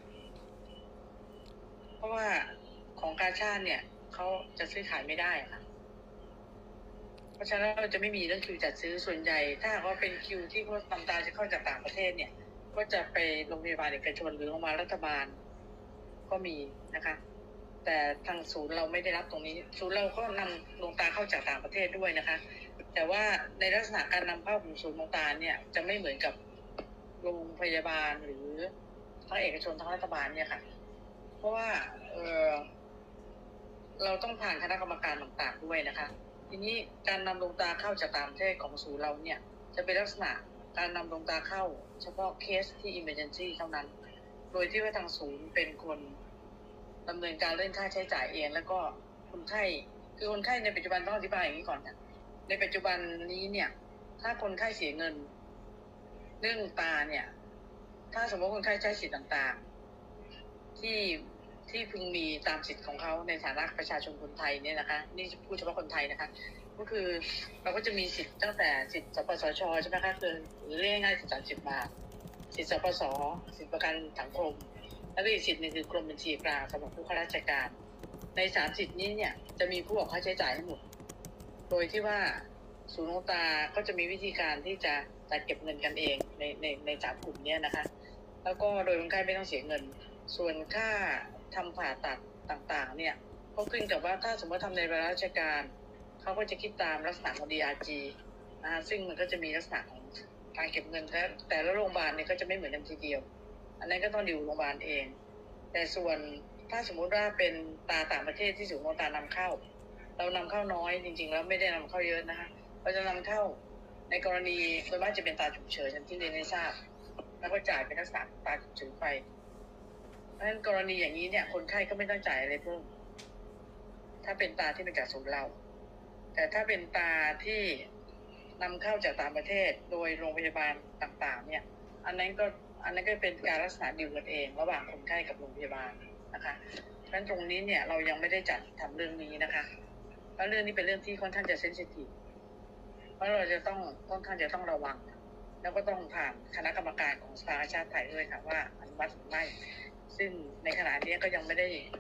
เพราะว่าของกาชาดเนี่ยเขาจะซื้อขายไม่ได้ค่ะเพราะฉะนั้นเราจะไม่มีเรื่องคิวจัดซื้อส่วนใหญ่ถ้าหากว่าเป็นคิวที่พวกตำตาจะเข้าจากต่างประเทศเนี่ยก็จะไปโรงพยาบาลเอกชนหรือโรงพยาบาลรัฐบาลก็มีนะคะ แต่ทางศูนย์เราไม่ได้รับตรงนี้ศูนย์เราก็นำดวงตาเข้าจากต่างประเทศด้วยนะคะแต่ว่าในลักษณะการนำเข้าของศูนย์ดวงตาเนี่ยจะไม่เหมือนกับโรงพยาบาลหรือทั้งเอกชนทั้งรัฐบาลเนี่ยค่ะเพราะว่าเออเราต้องผ่านคณะกรรมการต่างๆด้วยนะคะทีนี้การนำดวงตาเข้าจากต่างประเทศของศูนย์เราเนี่ยจะเป็นลักษณะการนำดวงตาเข้าเฉพาะเคสที่ emergency เท่านั้นโดยที่ว่าทางศูนย์เป็นคนดำเนินการเรื่องค่าใช้จ่ายเองแล้วก็คนไข้คือคนไข้ในปัจจุบันต้องอธิบายอย่างนี้ก่อนนะในปัจจุบันนี้เนี่ยถ้าคนไข้เสียเงินเรื่องตาเนี่ยถ้าสมมติคนไข้ใช้สิทธิ์ต่างๆที่ที่พึงมีตามสิทธิ์ของเขาในฐานะประชาชนคนไทยเนี่ยนะคะนี่พูดเฉพาะคนไทยนะคะก็คือเราก็จะมีสิทธิ์ตั้งแต่สิทธิ์สปสชใช่ไหมคะคือหรือเรียกง่ายๆสิทธิ์สามสิบบาทสิทธิ์สปสสิทธิ์ประกันสังคมแล้วก็อีกสิทธิ์นึงคือกรมบัญชีกลางสำหรับผู้ข้าราชการในสามสิทธิ์นี้เนี่ยจะมีผู้ออกค่าใช้จ่ายทั้งหมดโดยที่ว่าศูนย์ดวงตาก็จะมีวิธีการที่จะจัดเก็บเงินกันเองในในในสามกลุ่มนี้นะคะแล้วก็โดยคนไข้ไม่ต้องเสียเงินส่วนค่าทำผ่าตัดต่างๆเนี่ยก็ขึ้นกับว่าถ้าสมมติทำในเวลาราชการเขาก็จะคิดตามลักษณะของ ดี อาร์ จี นะซึ่งมันก็จะมีลักษณะของการเก็บเงินแต่แต่ละโรงพยาบาลเนี่ยก็จะไม่เหมือนกันทีเดียวอันนั้นก็ต้องดิวโรงพยาบาลเองแต่ส่วนถ้าสมมุติว่าเป็นตาต่างประเทศที่ศูนย์ดวงตานำเข้าเรานำเข้าน้อยจริงๆแล้วไม่ได้นำเข้าเยอะนะคะเราจะนำเข้าในกรณีโดยมากจะเป็นตาฉุกเฉินอย่างที่เรียนให้ทราบแล้วก็จ่ายเป็นลักษณะตาฉุกเฉินไปเพราะฉะนั้นกรณีอย่างนี้เนี่ยคนไข้ก็ไม่ต้องจ่ายอะไรเพิ่มถ้าเป็นตาที่เป็นจากศูนย์เราแต่ถ้าเป็นตาที่นำเข้าจากต่างประเทศโดยโรงพยาบาลต่างๆเนี่ยอันนั้นก็อันนั้นก็เป็นการลักษณะดิวกันเองระหว่างคนไข้กับโรงพยาบาลนะคะเพราะฉะนั้นตรงนี้เนี่ยเรายังไม่ได้จัดทำเรื่องนี้นะคะเพราะเรื่องนี้เป็นเรื่องที่ค่อนข้างจะเซนซิทีฟเพราะเราจะต้องค่อนข้างจะต้องระวังแล้วก็ต้องผ่านคณะกรรมการของสภากาชาดไทยด้วยค่ะว่าอนุมัติหรือไม่ซึ่งในขณะนี้ก็ยังไม่ได้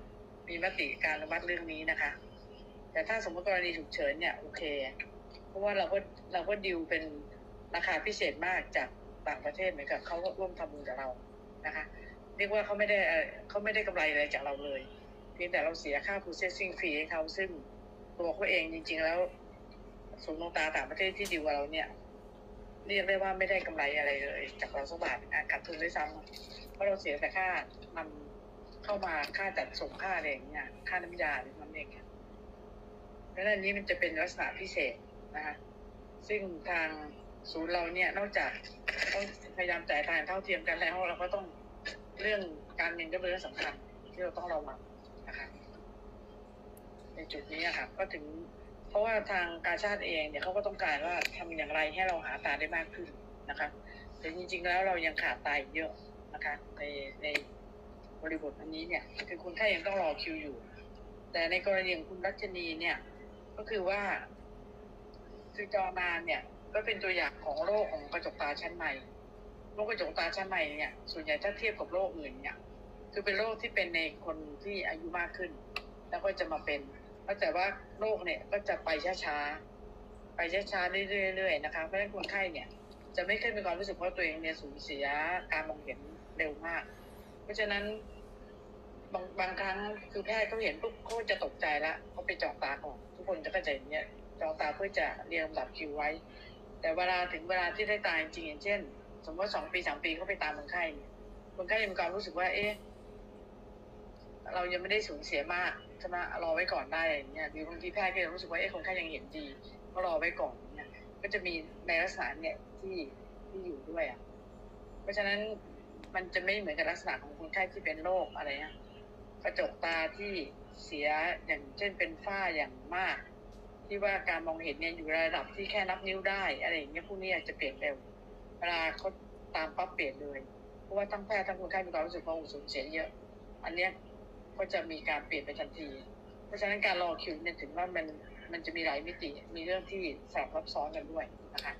มีมติการอนุมัติเรื่องนี้นะคะ แต่ถ้าสมมติกรณีฉุกเฉินเนี่ยโอเคเพราะว่าเราก็เราก็ดิวเป็นราคาพิเศษมากจากต่างประเทศเหมือนกับเขาก็ร่วมทำบุญกับเรานะคะเรียกว่าเขาไม่ได้เขาไม่ได้กำไรอะไรจากเราเลยเพียงแต่เราเสียค่า processing fee ให้เขาซึ่งตัวเขาเองจริงๆแล้วศูนย์ดวงตาต่างประเทศที่ดิวกับเราเนี่ยเรียกได้ว่าไม่ได้กำไรอะไรเลยจากเราสักบาทขาดทุนด้วยซ้ำเพราะเราเสียแต่ค่านำเข้ามาค่าจัดส่งค่าอะไรอย่างเงี้ยค่าน้ำยาหรือน้ำเองเพราะฉะนั้นนี้มันจะเป็นลักษณะพิเศษนะคะซึ่งทางศูนย์เราเนี่ยนอกจากต้องพยายามจ่ายทานเท่าเทียมกันแล้วเราก็ต้องเรื่องการเงินก็เป็นเรื่องสำคัญที่เราต้องระวังนะคะในจุดนี้ค่ะก็ถึงเพราะว่าทางกาชาดเองเนี่ยเขาก็ต้องการว่าทำอย่างไรให้เราหาตาได้มากขึ้นนะคะแต่จริงๆแล้วเรายังขาดตาเยอะนะคะในในบริบทอันนี้เนี่ยคือคนไข้ยังต้องรอคิวอยู่แต่ในกรณีของคุณรัชนีเนี่ยก็คือว่าคือจอนานเนี่ยก็เป็นตัวอย่างของโรคของกระจกตาชั้นในโรคกระจกตาชั้นในเนี่ยส่วนใหญ่ถ้าเทียบกับโรคอื่นเนี่ยคือเป็นโรคที่เป็นในคนที่อายุมากขึ้นแล้วก็จะมาเป็นแต่ว่าโรคเนี่ยก็จะไปช้าๆไปช้าๆเรื่อยๆนะคะเพราะฉะนั้นคนไข้เนี่ยจะไม่เคยมีความรู้สึกว่าตัวเองเนี่ยสูญเสียการมองเห็นเร็วมากเพราะฉะนั้นบางบางครั้งคือแพทย์เขาเห็นปุ๊บเขาจะตกใจละเขาไปเจาะตาก่อนทุกคนจะเข้าใจอย่างเนี้ยเจาะตาเพื่อจะเรียงลำดับคิวไว้แต่เวลาถึงเวลาที่ได้ตายจริงๆอย่างเช่นสมมติว่าสองปีสามปีเขาไปตามคนไข้คนไข้มีความรู้สึกว่าเอ๊ะเรายังไม่ได้สูญเสียมากใช่ไหมรอไว้ก่อนได้อย่างเงี้ยหรือบางทีแพทย์ก็จะรู้สึกว่าเอ๊ะคนไข้ยังเห็นดีก็รอไว้ก่อนเนี่ยก็จะมีในลักษณะเนี่ยที่ที่อยู่ด้วยอ่ะเพราะฉะนั้นมันจะไม่เหมือนกับลักษณะของคนไข้ที่เป็นโรคอะไรนะกระจกตาที่เสียอย่างเช่นเป็นฝ้าอย่างมากที่ว่าการมองเห็นเนี่ยอยู่ระดับที่แค่นับนิ้วได้อะไรอย่างเงี้ยพวกนี้จะเปลี่ยนเร็วเวลาเขาตามปั๊บเปลี่ยนเลยเพราะว่าทั้งแพทย์ทั้งคนไข้มีความรู้สึกว่าสูญเสียเยอะอันเนี้ยก็จะมีการเปลี่ยนไปทันทีเพราะฉะนั้นการรอคิวเนี่ยถึงว่ามันมันจะมีหลายมิติมีเรื่องที่สลับซับซ้อนกันด้วยนะคะ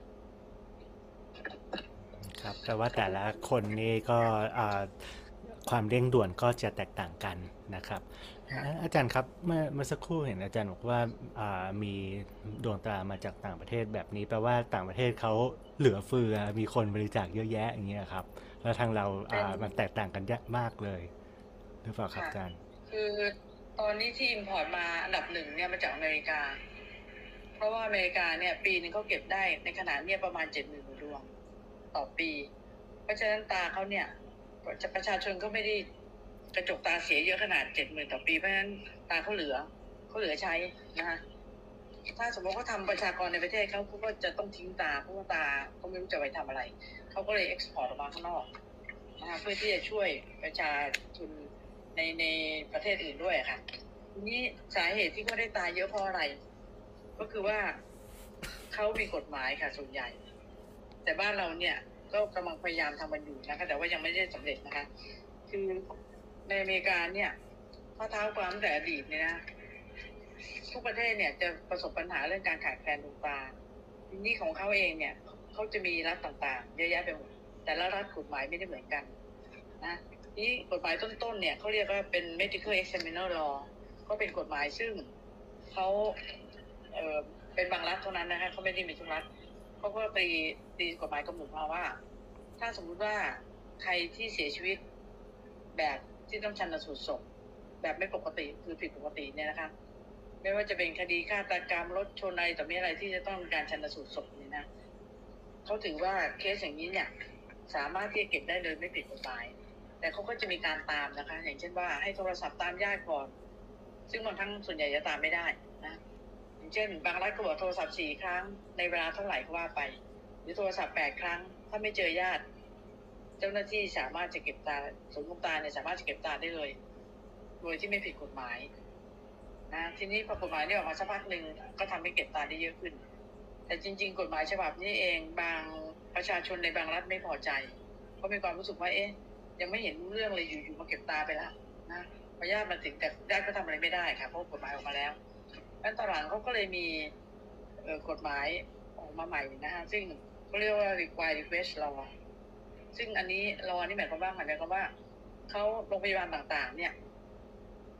ครับแต่ว่าแต่ละคนนี่ก็ความเร่งด่วนก็จะแตกต่างกันนะครับอาจารย์ครับเมื่อเมื่อสักครู่เห็นอาจารย์บอกว่ามีดวงตามาจากต่างประเทศแบบนี้แปลว่าต่างประเทศเขาเหลือเฟือมีคนบริจาคเยอะแยะอย่างเงี้ยครับแล้วทางเรามันแตกต่างกันเยอะมากเลยหรือเปล่าครับอาจารย์คือตอนนี้ที่อิมพอร์ตมาอันดับหนึ่งเนี่ยมาจากอเมริกาเพราะว่าอเมริกาเนี่ยปีนึงเขาเก็บได้ในขนาดเนี่ยประมาณเจ็ดหมื่นดวงต่อปีเพราะฉะนั้นตาเขาเนี่ยประชาชนก็ไม่ได้กระจกตาเสียเยอะขนาดเจ็ดหมื่นต่อปีเพราะฉะนั้นตาเขาเหลือเขาเหลือใช้นะคะถ้าสมมติเขาทำประชากรในประเทศเขาเขาก็จะต้องทิ้งตาเพราะว่าตาเขาไม่รู้จะไปทำอะไรเขาก็เลยเอ็กซ์พอร์ตออกมาข้างนอกนะคะเพื่อที่จะช่วยประชาชนในในประเทศอื่นด้วยค่ะทีนี้สาเหตุที่เขาได้ตายเยอะเพราะอะไรก็คือว่าเขามีกฎหมายค่ะส่วนใหญ่แต่บ้านเราเนี่ยก็กำลังพยายามทำมันอยู่นะคะแต่ว่ายังไม่ได้สำเร็จนะคะคือในอเมริกาเนี่ยข้อเท้าความตั้งแต่อดีตเนี่ยนะทุกประเทศเนี่ยจะประสบปัญหาเรื่องการขาดแคลนดวงตาทีนี้ของเขาเองเนี่ยเขาจะมีรัฐต่างๆเยอะแยะไปหมดแต่ละรัฐกฎหมายไม่ได้เหมือนกันนะนี่กฎหมายต้นๆเนี่ยเขาเรียกว่าเป็น medical examiner law ก็เป็นกฎหมายซึ่งเขาเอ่อเป็นบางรัฐเท่านั้นนะคะเขาไม่ได้มีทุกรัฐเขาก็ตีตีกฎหมายกำหนดมาว่าถ้าสมมุติว่าใครที่เสียชีวิตแบบที่ต้องชันสูตรศพแบบไม่ปกติคือผิดปกติเนี่ยนะคะไม่ว่าจะเป็นคดีฆาตกรรมรถชนอะไรต่อมีอะไรที่จะต้องการชันสูตรศพนี่นะเขาถือว่าเคสอย่างนี้เนี่ยสามารถที่จะเก็บได้เลยไม่ผิดกฎหมายแต่เขาก็จะมีการตามนะคะอย่างเช่นว่าให้โทรศัพท์ตามญาติก่อนซึ่งบางครั้งส่วนใหญ่จะตามไม่ได้นะอย่างเช่นบางรัฐก็บอกโทรศัพท์สี่ครั้งในเวลาเท่าไหร่ก็ว่าไปหรือโทรศัพท์แปดครั้งถ้าไม่เจอญาติเจ้าหน้าที่สามารถจะเก็บตาศูนย์ดวงตาเนี่ยสามารถจะเก็บตาได้เลยโดยที่ไม่ผิดกฎหมายนะทีนี้พอกฎหมายนี้ออกมาสักพักหนึ่งก็ทำให้เก็บตาได้เยอะขึ้นแต่จริงๆกฎหมายฉบับนี้เองบางประชาชนในบางรัฐไม่พอใจเพราะมีความรู้สึกว่าเอ๊ะยังไม่เห็นเรื่องเลยอยู่ๆมาเก็บตาไปแล้วนะพอญาติมาถึงแต่ญาติก็ทำอะไรไม่ได้ค่ะเพราะกฎหมายออกมาแล้วงั้นตอนหลังเขาก็เลยมีกฎหมายออกมาใหม่นะฮะซึ่งเขาเรียกว่า require request law ซึ่งอันนี้ law นี่หมายความว่าหมายความว่าเขาโรงพยาบาลต่างๆเนี่ย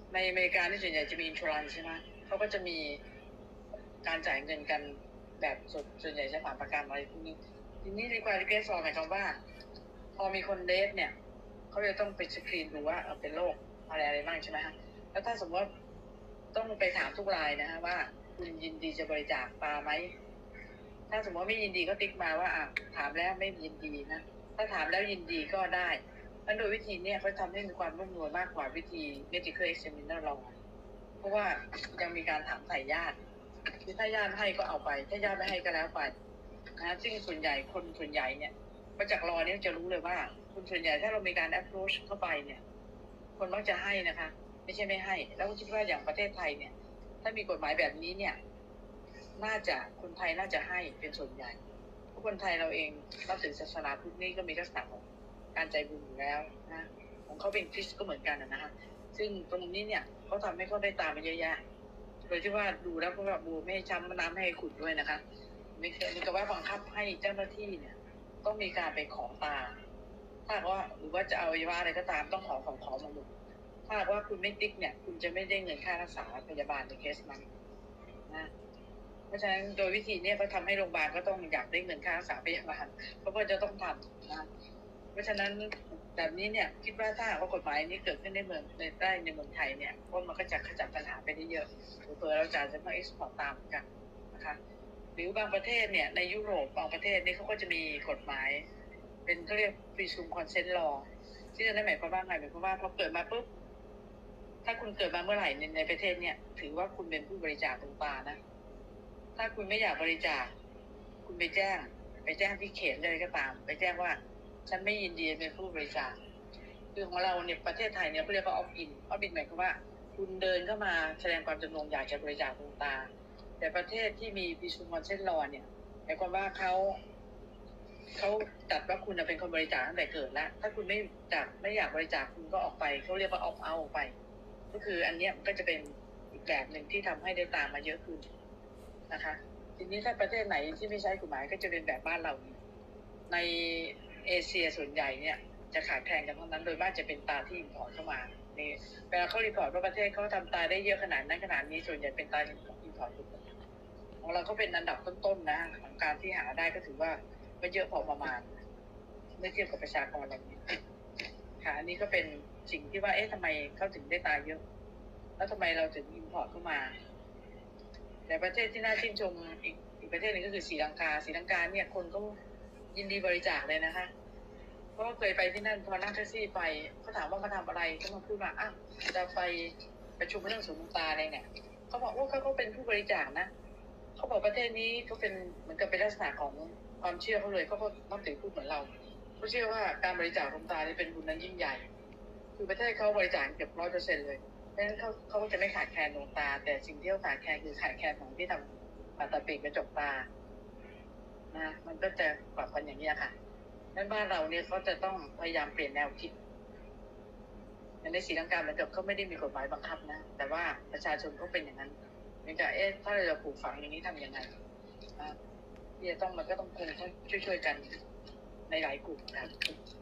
ในอเมริกาที่ส่วนใหญ่จะมีอินชูรันใช่ไหมเขาก็จะมีการจ่ายเงินกันแบบส่วนใหญ่จะผ่านประกันอะไรพวกนี้ทีนี้ในความที่เกสบอกหมายความว่าพอมีคนเดทเนี่ยเขาจะต้องไปสกรีนดูว่าเป็นโรคอะไรอะไรบ้างใช่ไหมฮะแล้วถ้าสมมติว่าต้องไปถามทุกรายนะฮะว่าคุณยินดีจะบริจาคตาไหมถ้าสมมติว่าไม่ยินดีก็ติ๊กมาว่าอ่ะถามแล้วไม่ยินดีนะถ้าถามแล้วยินดีก็ได้แล้วโดยวิธีเนี่ยเขาทำให้มีความนุ่มนวลมากกว่าวิธี medical examiner ลองเพราะว่ายังมีการถามถ่ายญาติคือถ้าญาติให้ก็เอาไปถ้าญาติไม่ให้ก็แล้วไปนะซึ่งส่วนใหญ่คนส่วนใหญ่เนี่ยมาจากรอเนี่ยจะรู้เลยว่าคนส่วนใหญ่ถ้าเรามีการ approach เข้าไปเนี่ยคนมักจะให้นะคะไม่ใช่ไม่ให้แล้วก็คิดว่าอย่างประเทศไทยเนี่ยถ้ามีกฎหมายแบบนี้เนี่ยน่าจะคนไทยน่าจะให้เป็นส่วนใหญ่เพราะคนไทยเราเองนับถือศาสนาพุทธนี่ก็มีลักษณะของการใจบุญอยู่แล้วนะของเขาเป็นคริสต์ก็เหมือนกันนะฮะซึ่งตรงนี้เนี่ยเขาทำให้เขาได้ตามมาเยอะแยะโดยที่ว่าดูแล้วก็แบบบูไม่ให้ช้ำน้ำให้ขุ่นด้วยนะคะไม่ใช่นี่ก็ว่าบังคับให้เจ้าหน้าที่เนี่ยต้องมีการไปขอตาถ้าว่าหรือว่าจะเอาอวัยวะอะไรก็ตามต้องขอของขอมาหมดถ้าว่าคุณไม่ติ๊กเนี่ยคุณจะไม่ได้เงินค่ารักษาพยาบาลในเคสนั้นนะเพราะฉะนั้นโดยวิธีนี้ก็ทำให้โรงพยาบาลก็ต้องอยากได้เงินค่ารักษาพยาบาลเพราะว่าจะต้องทำนะเพราะฉะนั้นแบบนี้เนี่ยคิดว่าถ้าว่ากฎหมายนี้เกิดขึ้นในเมืองในใต้ในเมืองไทยเนี่ยว่ามันก็จะขจัดปัญหาไปได้เยอะเผื่อเราจะจะต้องเอ็กซ์พอร์ตตามกันนะคะหรือบางประเทศเนี่ยในยุโรปบางประเทศนี่เขาก็จะมีกฎหมายเป็นเขาเรียก presumed consent law ที่จะได้หมายความว่าไงหมายความว่าพอเกิดมาปุ๊บถ้าคุณเกิดมาเมื่อไหร่ในในประเทศเนี่ยถือว่าคุณเป็นผู้บริจาคดวงตานะถ้าคุณไม่อยากบริจาคคุณไปแจ้งไปแจ้งที่เขตเลยก็ตามไปแจ้งว่าฉันไม่ยินดีเป็นผู้บริจาคคือของเราเนี่ยประเทศไทยเนี่ยเขาเรียกว่าออฟอินออฟอินหมายความว่าคุณเดินเข้ามาแสดงความจำนงอยากจะบริจาคดวงตาแต่ประเทศที่มีพิซูมอนเซนลอเนี่ยหมายความว่าเขาเขาจัดว่าคุณเป็นคนบริจาคตั้งแต่เกิดแล้วถ้าคุณไม่จัดไม่อยากบริจาคคุณก็ออกไปเขาเรียกว่าออฟเอาออกไปก็คืออันเนี้ยมันก็จะเป็นอีกแบบหนึ่งที่ทำให้ได้ตามมาเยอะขึ้นนะคะทีนี้ถ้าประเทศไหนที่ไม่ใช้กฎหมายก็จะเป็นแบบบ้านเราในเอเชียส่วนใหญ่เนี่ยจะขาดแคลนกันทั้งนั้นโดยมากจะเป็นตาที่อินพอร์ตเข้ามานี่เวลาเขารีพอร์ตว่าประเทศเขาทำตาได้เยอะขนาดนั้นขนาดนี้ส่วนใหญ่เป็นตาอินพอร์ตทุกคนของเราก็เป็นอันดับต้นๆนะของการที่หาได้ก็ถือว่าไม่เยอะพอประมาณเมื่อเทียบกับประชากรเราเนี่ยค่ะอันนี้ก็เป็นสิ่งที่ว่าเอ๊ะทำไมเขาถึงได้ตาเยอะแล้วทำไมเราถึงอินพอร์ตเข้ามาแต่ประเทศที่น่าชื่นชมอีกอีกประเทศนึงก็คือศรีลังกาศรีลังกาเนี่ยคนก็ยินดีบริจาคเลยนะคะเพราะว่าเคยไปที่นั่นพอนั่งแท็กซี่ไปเขาถามว่ามาทำอะไรก็มาพูดว่าอ้าวจะไปประชุมเรื่องศูนย์ดวงตาอะไรเนี่ยเขาบอกว่าเขาก็เป็นผู้บริจาคนะเขาบอกประเทศนี้ก็เป็นเหมือนกับเป็นลักษณะของความเชื่อเขาเลยเขาก็ต้องถือพูดเหมือนเราเขาเชื่อว่าการบริจาคดวงตานี่เป็นบุญนั้นยิ่งใหญ่คือประเทศเขาบริจาคเกือบร้อยเปอร์เซ็นต์เลยเพราะฉะนั้นเขาเขาจะไม่ขาดแคลนดวงตาแต่สิ่งที่เขาขาดแคลนคือขาดแคลนของที่ทำผ่าตัดปีกกระจกตานะมันก็จะปรับกันอย่างนี้ค่ะนั้นบ้านเราเนี่ยเขาจะต้องพยายามเปลี่ยนแนวคิดในศรีลังกาเหมือนกับเขาไม่ได้มีกฎหมายบังคับนะแต่ว่าประชาชนเขาเป็นอย่างนั้นเหมือนกับเอ๊ะถ้าเราจะปลูกฝังอย่างนี้ทำยังไงที่จะต้องมันก็ต้องคงช่วยๆกันในหลายกลุ่มนะ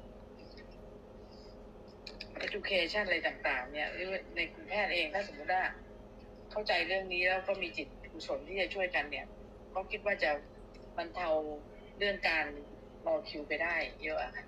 education อะไรต่างๆเนี่ยในกลุ่มแพทย์เองถ้าสมมติว่าเข้าใจเรื่องนี้แล้วก็มีจิตกุศลที่จะช่วยกันเนี่ยเขาคิดว่าจะบรรเทาเรื่องการรอคิวไปได้เยอะค่ะ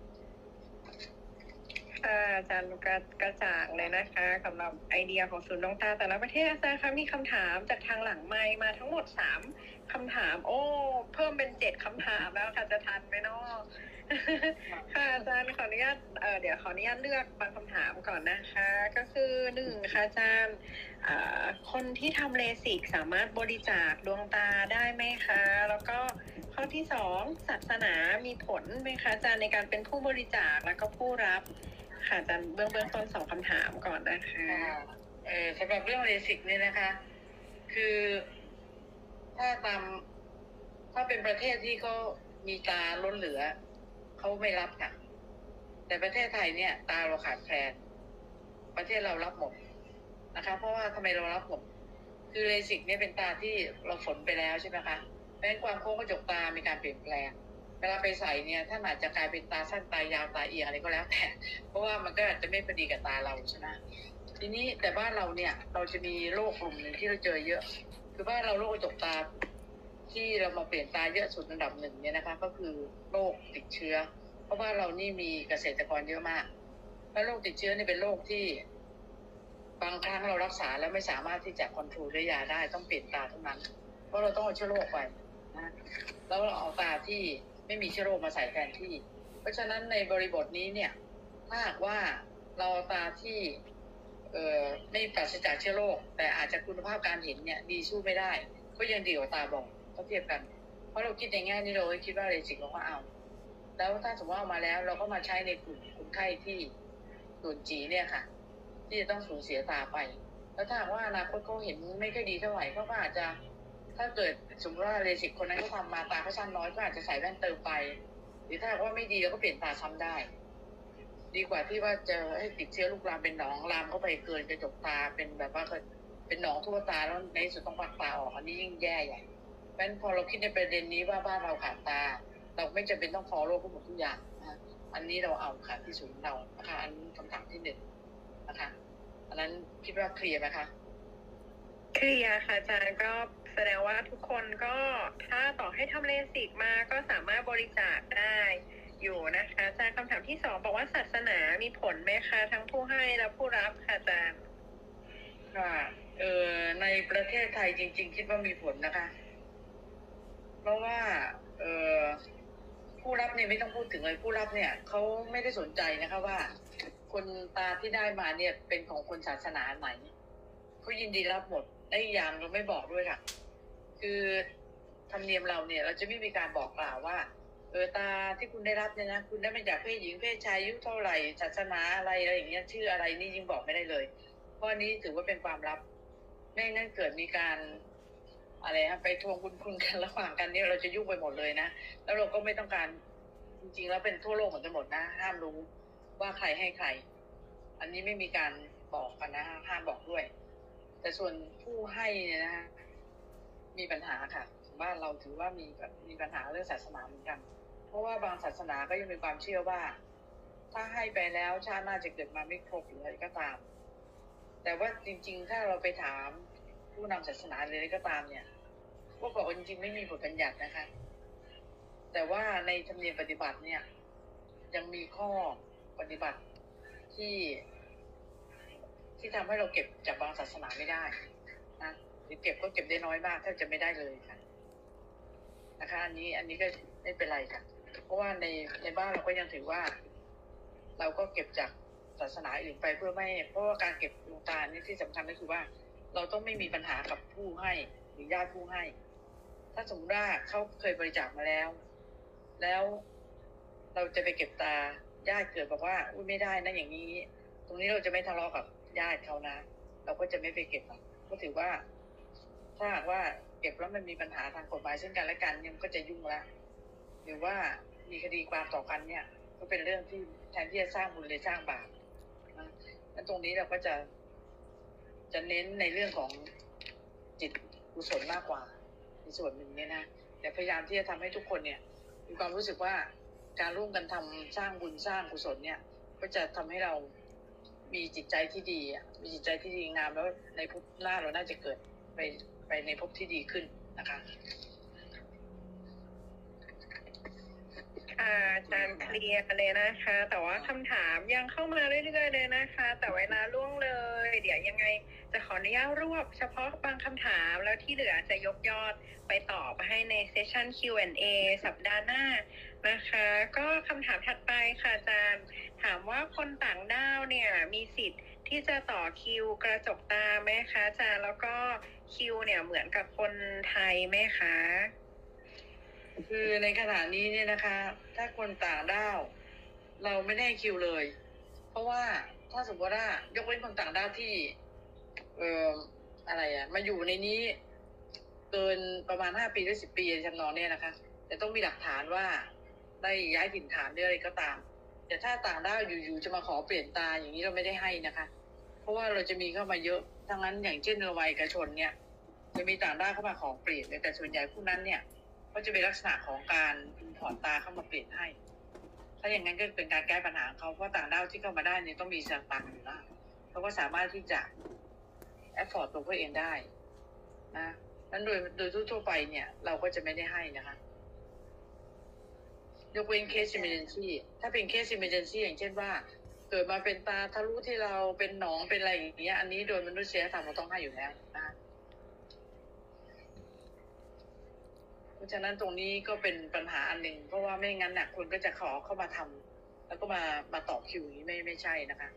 อาจารย์กระกระจ่างเลยนะคะสำหรับไอเดียของศูนย์ดวงตาแต่ละประเทศอาจารย์คะมีคำถามจากทางหลังไมค์มาทั้งหมดสามคำถามโอ้เพิ่มเป็นเจ็ดคำถามแล้วค่ะจะทันไหมเนาะค่ะอาจารย์ขออนุญาตเอ่อเดี๋ยวขออนุญาตเลือกบางคำถามก่อนนะคะก็คือหนึ่งค่ะอาจารย์คนที่ทำเลสิกสามารถบริจาคดวงตาได้ไหมคะแล้วก็ข้อที่สองศาสนามีผลไหมคะอาจารย์ในการเป็นผู้บริจาคแล้วก็ผู้รับค่ะอาจารย์เบื้องเบื้องต้นสองคำถามก่อนนะคะเออสำหรับเรื่องเลสิกเนี่ยนะคะคือถ้าตามถ้าเป็นประเทศที่เขามีตาล้นเหลือเขาไม่รับค่ะแต่ประเทศไทยเนี่ยตาเราขาดแคลนประเทศเรารับหมดนะคะเพราะว่าทำไมเรารับหมดคือเลสิกเนี่ยเป็นตาที่เราฝนไปแล้วใช่ไหมคะเพราะฉะนั้นความโค้งกระจกตามีการเปลี่ยนแปลงเวลาไปใส่เนี่ยท่านอาจจะกลายเป็นตาสั้นตายาวตาเอียงอะไรก็แล้วแต่เพราะว่ามันก็อาจจะไม่พอดีกับตาเราใช่ไหมทีนี้แต่บ้านเราเนี่ยเราจะมีโรคกลุ่มหนึ่งที่เราเจอเยอะคือบ้านเราโรคกระจกตาที่เรามาเปลี่ยนตาเยอะสุดอันดับหนึ่งเนี่ยนะคะก็คือโรคติดเชื้อเพราะว่าเรานี่มีเกษตรกรเยอะมากแล้วโรคติดเชื้อนี่เป็นโรคที่บางครั้งเรารักษาแล้วไม่สามารถที่จะควบคุมด้วยยาได้ต้องเปลี่ยนตาเท่านั้นเพราะเราต้องเอาเชื้อโรคไปนะแล้วเราเอาตาที่ไม่มีเชื้อโรคมาใส่แทนที่เพราะฉะนั้นในบริบทนี้เนี่ยถ้าหากว่าเราตาที่เอ่อไม่ปราศจากเชื้อโรคแต่อาจจะคุณภาพการเห็นเนี่ยดีสู้ไม่ได้ก็ยังดีกว่าตาบอดถ้าเทียบกันเพราะเราคิดในแง่นี้เราคิดว่าเลยสิ่งเราก็เอาแล้วถ้าสมมติเอามาแล้วเราก็มาใช้ในกลุ่มคนไข้ที่ส่วนจีเนี่ยค่ะที่จะต้องสูญเสียตาไปแล้วถ้าหากว่าอนาคตเขาเห็นไม่ค่อยดีเท่าไหร่เขาก็อาจจะถ้าเกิดสมมติว่าเลสิกคนนั้นเขาทำมาตาเขาสั้นน้อยก็อาจจะใส่แว่นเติมไปหรือถ้าหากว่าไม่ดีเราก็เปลี่ยนตาซ้ำได้ดีกว่าที่ว่าจะให้ติดเชื้อลูกลามเป็นหนองลามเข้าไปเกินกระจกตาเป็นแบบว่าเป็นหนองทั่วตาแล้วในที่สุดต้องปักตาออกอันนี้ยิ่งแย่ใหญ่เพราะฉะนั้นพอเราคิดในประเด็นนี้ว่าบ้านเราขาดตาเราไม่จำเป็นต้องฟอลโล่ทุกหมดทุกอย่างนะอันนี้เราเอาค่ะที่ศูนย์เรานะคะอันนี้คำถามที่หนึ่งนะคะอันนั้นคิดว่าเคลียร์ไหมคะเคลียร์ค่ะอาจารย์ก็แสดงว่าทุกคนก็ถ้าต่อให้ทำเลสิกมาก็สามารถบริจาคได้อยู่นะคะอาจารย์คำถามที่สองบอกว่าศาสนามีผลไหมคะทั้งผู้ให้และผู้รับค่ะอาจารย์ค่ะเออในประเทศไทยจริงๆคิดว่ามีผลนะคะเพราะว่าเออผู้รับเนี่ยไม่ต้องพูดถึงเลยผู้รับเนี่ยเขาไม่ได้สนใจนะคะว่าคนตาที่ได้มาเนี่ยเป็นของคนศาสนาไหนเขายินดีรับหมดได้อย่างเราไม่บอกด้วยค่ะคือธรรมเนียมเราเนี่ยเราจะไม่มีการบอกกล่าวว่าเออตาที่คุณได้รับเนี่ยนะคุณได้มาจากเพศหญิงเพศชายอายุเท่าไหร่ศาสนาอะไรอะไรอย่างเงี้ยชื่ออะไรนี่ยิ่งบอกไม่ได้เลยเพราะนี้ถือว่าเป็นความลับไม่งั้นเกิดมีการอะไรฮะไปทวงบุญคุณกันระหว่างกันเนี่ยเราจะยุ่งไปหมดเลยนะแล้วเราก็ไม่ต้องการจริงๆแล้วเป็นทั่วโลกเหมือนกันหมดนะห้ามรู้ว่าใครให้ใครอันนี้ไม่มีการบอกกันนะห้ามบอกด้วยแต่ส่วนผู้ให้เนี่ยนะมีปัญหาค่ะบ้านเราถือว่ามีมีปัญหาเรื่องศาสนาเหมือนกันเพราะว่าบางศาสนาก็ยังมีความเชื่อว่าถ้าให้ไปแล้วชาติหน้าจะเกิดมาไม่ครบหรืออะไรก็ตามแต่ว่าจริงๆถ้าเราไปถามผู้นำศาสนาอะไรก็ตามเนี่ยพวกบอกจริงๆไม่มีบทบัญญัตินะคะแต่ว่าในธรรมเนียมปฏิบัติเนี่ยยังมีข้อปฏิบัติที่ที่ทำให้เราเก็บจากบางศาสนาไม่ได้นะหรือเก็บก็เก็บได้น้อยมากแทบจะไม่ได้เลยค่ะนะคะอันนี้อันนี้ก็ไม่เป็นไรค่ะเพราะว่าในในบ้านเราก็ยังถือว่าเราก็เก็บจากศาสนาอื่นไปเพื่อไม่เพราะว่าการเก็บดวงตานี่ที่สำคัญก็คือว่าเราต้องไม่มีปัญหากับผู้ให้หรือญาติผู้ให้ถ้าสมมติว่าเขาเคยบริจาคมาแล้วแล้วเราจะไปเก็บตาญาติเกิดบอกว่าอุ้ยไม่ได้นะอย่างนี้ตรงนี้เราจะไม่ทะเลาะกับญาติเขานะเราก็จะไม่ไปเก็บก็ถือว่าถ้าหากว่าเก็บแล้วมันมีปัญหาทางกฎหมายซึ่งกันและกันเนี่ยก็จะยุ่งละหรือว่ามีคดีความต่อกันเนี่ยก็เป็นเรื่องที่แทนที่จะสร้างบุญเลยสร้างบาปนะแล้วตรงนี้เราก็จะจะเน้นในเรื่องของจิตกุศลมากกว่าในส่วนหนึ่งเนี่ยนะแต่พยายามที่จะทำให้ทุกคนเนี่ยมีความรู้สึกว่าการร่วมกันทำสร้างบุญสร้างกุศลเนี่ยก็จะทำให้เรามีจิตใจที่ดีมีจิตใจที่ดีงามแล้วในภพหน้าเราน่าจะเกิดไปไปในภพที่ดีขึ้นนะคะอาจารย์เคลียร์เลยนะคะแต่ว่าคำถามยังเข้ามาเรื่อยๆเลยนะคะแต่เวลาล่วงเลยเดี๋ยวยังไงจะขออนุญาตรวบเฉพาะบางคำถามแล้วที่เหลือจะยกยอดไปตอบให้ในเซสชัน คิว แอนด์ เอ สัปดาห์หน้านะคะก็คำถามถัดไปค่ะอาจารย์ถามว่าคนต่างด้าวเนี่ยมีสิทธิ์ที่จะต่อคิวกระจกตาไหมคะอาจารย์แล้วก็คิวเนี่ยเหมือนกับคนไทยไหมคะคือในขณะนี้เนี่ยนะคะถ้าคนต่างด้าวเราไม่ได้คิวเลยเพราะว่าถ้าสมมติว่ายกเว้นคนต่างด้าวที่เอ่ออะไรอะมาอยู่ในนี้เกินประมาณห้าปีหรือสิบปีจำนองเนี่ยนะคะแต่ต้องมีหลักฐานว่าได้ย้ายถิ่นฐานหรืออะไรก็ตามแต่ถ้าต่างด้าวอยู่ๆจะมาขอเปลี่ยนตาอย่างนี้เราไม่ได้ให้นะคะเพราะว่าเราจะมีเข้ามาเยอะทั้งนั้นอย่างเช่นในวัยเอกชนเนี่ยจะมีต่างด้าวเข้ามาขอเปลี่ยนแต่ส่วนใหญ่ผู้นั้นเนี่ยก็จะเป็นลักษณะของการถอนตาเข้ามาเปลี่ยนให้ถ้าอย่างนั้นก็เป็นการแก้ปัญหาเขาเพราะต่างด้าวที่เข้ามาได้เนี่ยต้องมีสตังค์อยู่แล้วเพเขาก็สามารถที่จะแอฟฟอร์ดตัวเขาเองได้นะนั้นโดยโดยทั่วๆไปเนี่ยเราก็จะไม่ได้ให้นะคะยกเว้นเคส emergency ถ้าเป็นเคส emergency อย่างเช่นว่าเกิดมาเป็นตาทะลุที่เราเป็นหนองเป็นอะไรอย่างเงี้ยอันนี้โดยมนุษยธรรมเราต้องให้อยู่แล้วนะเพราะฉะนั้นตรงนี้ก็เป็นปัญหาอันหนึ่งเพราะว่าไม่งั้นน่ะคนก็จะขอเข้ามาทำแล้วก็มามาต่อคิวอย่างนี้ไม่ไม่ใช่นะคะ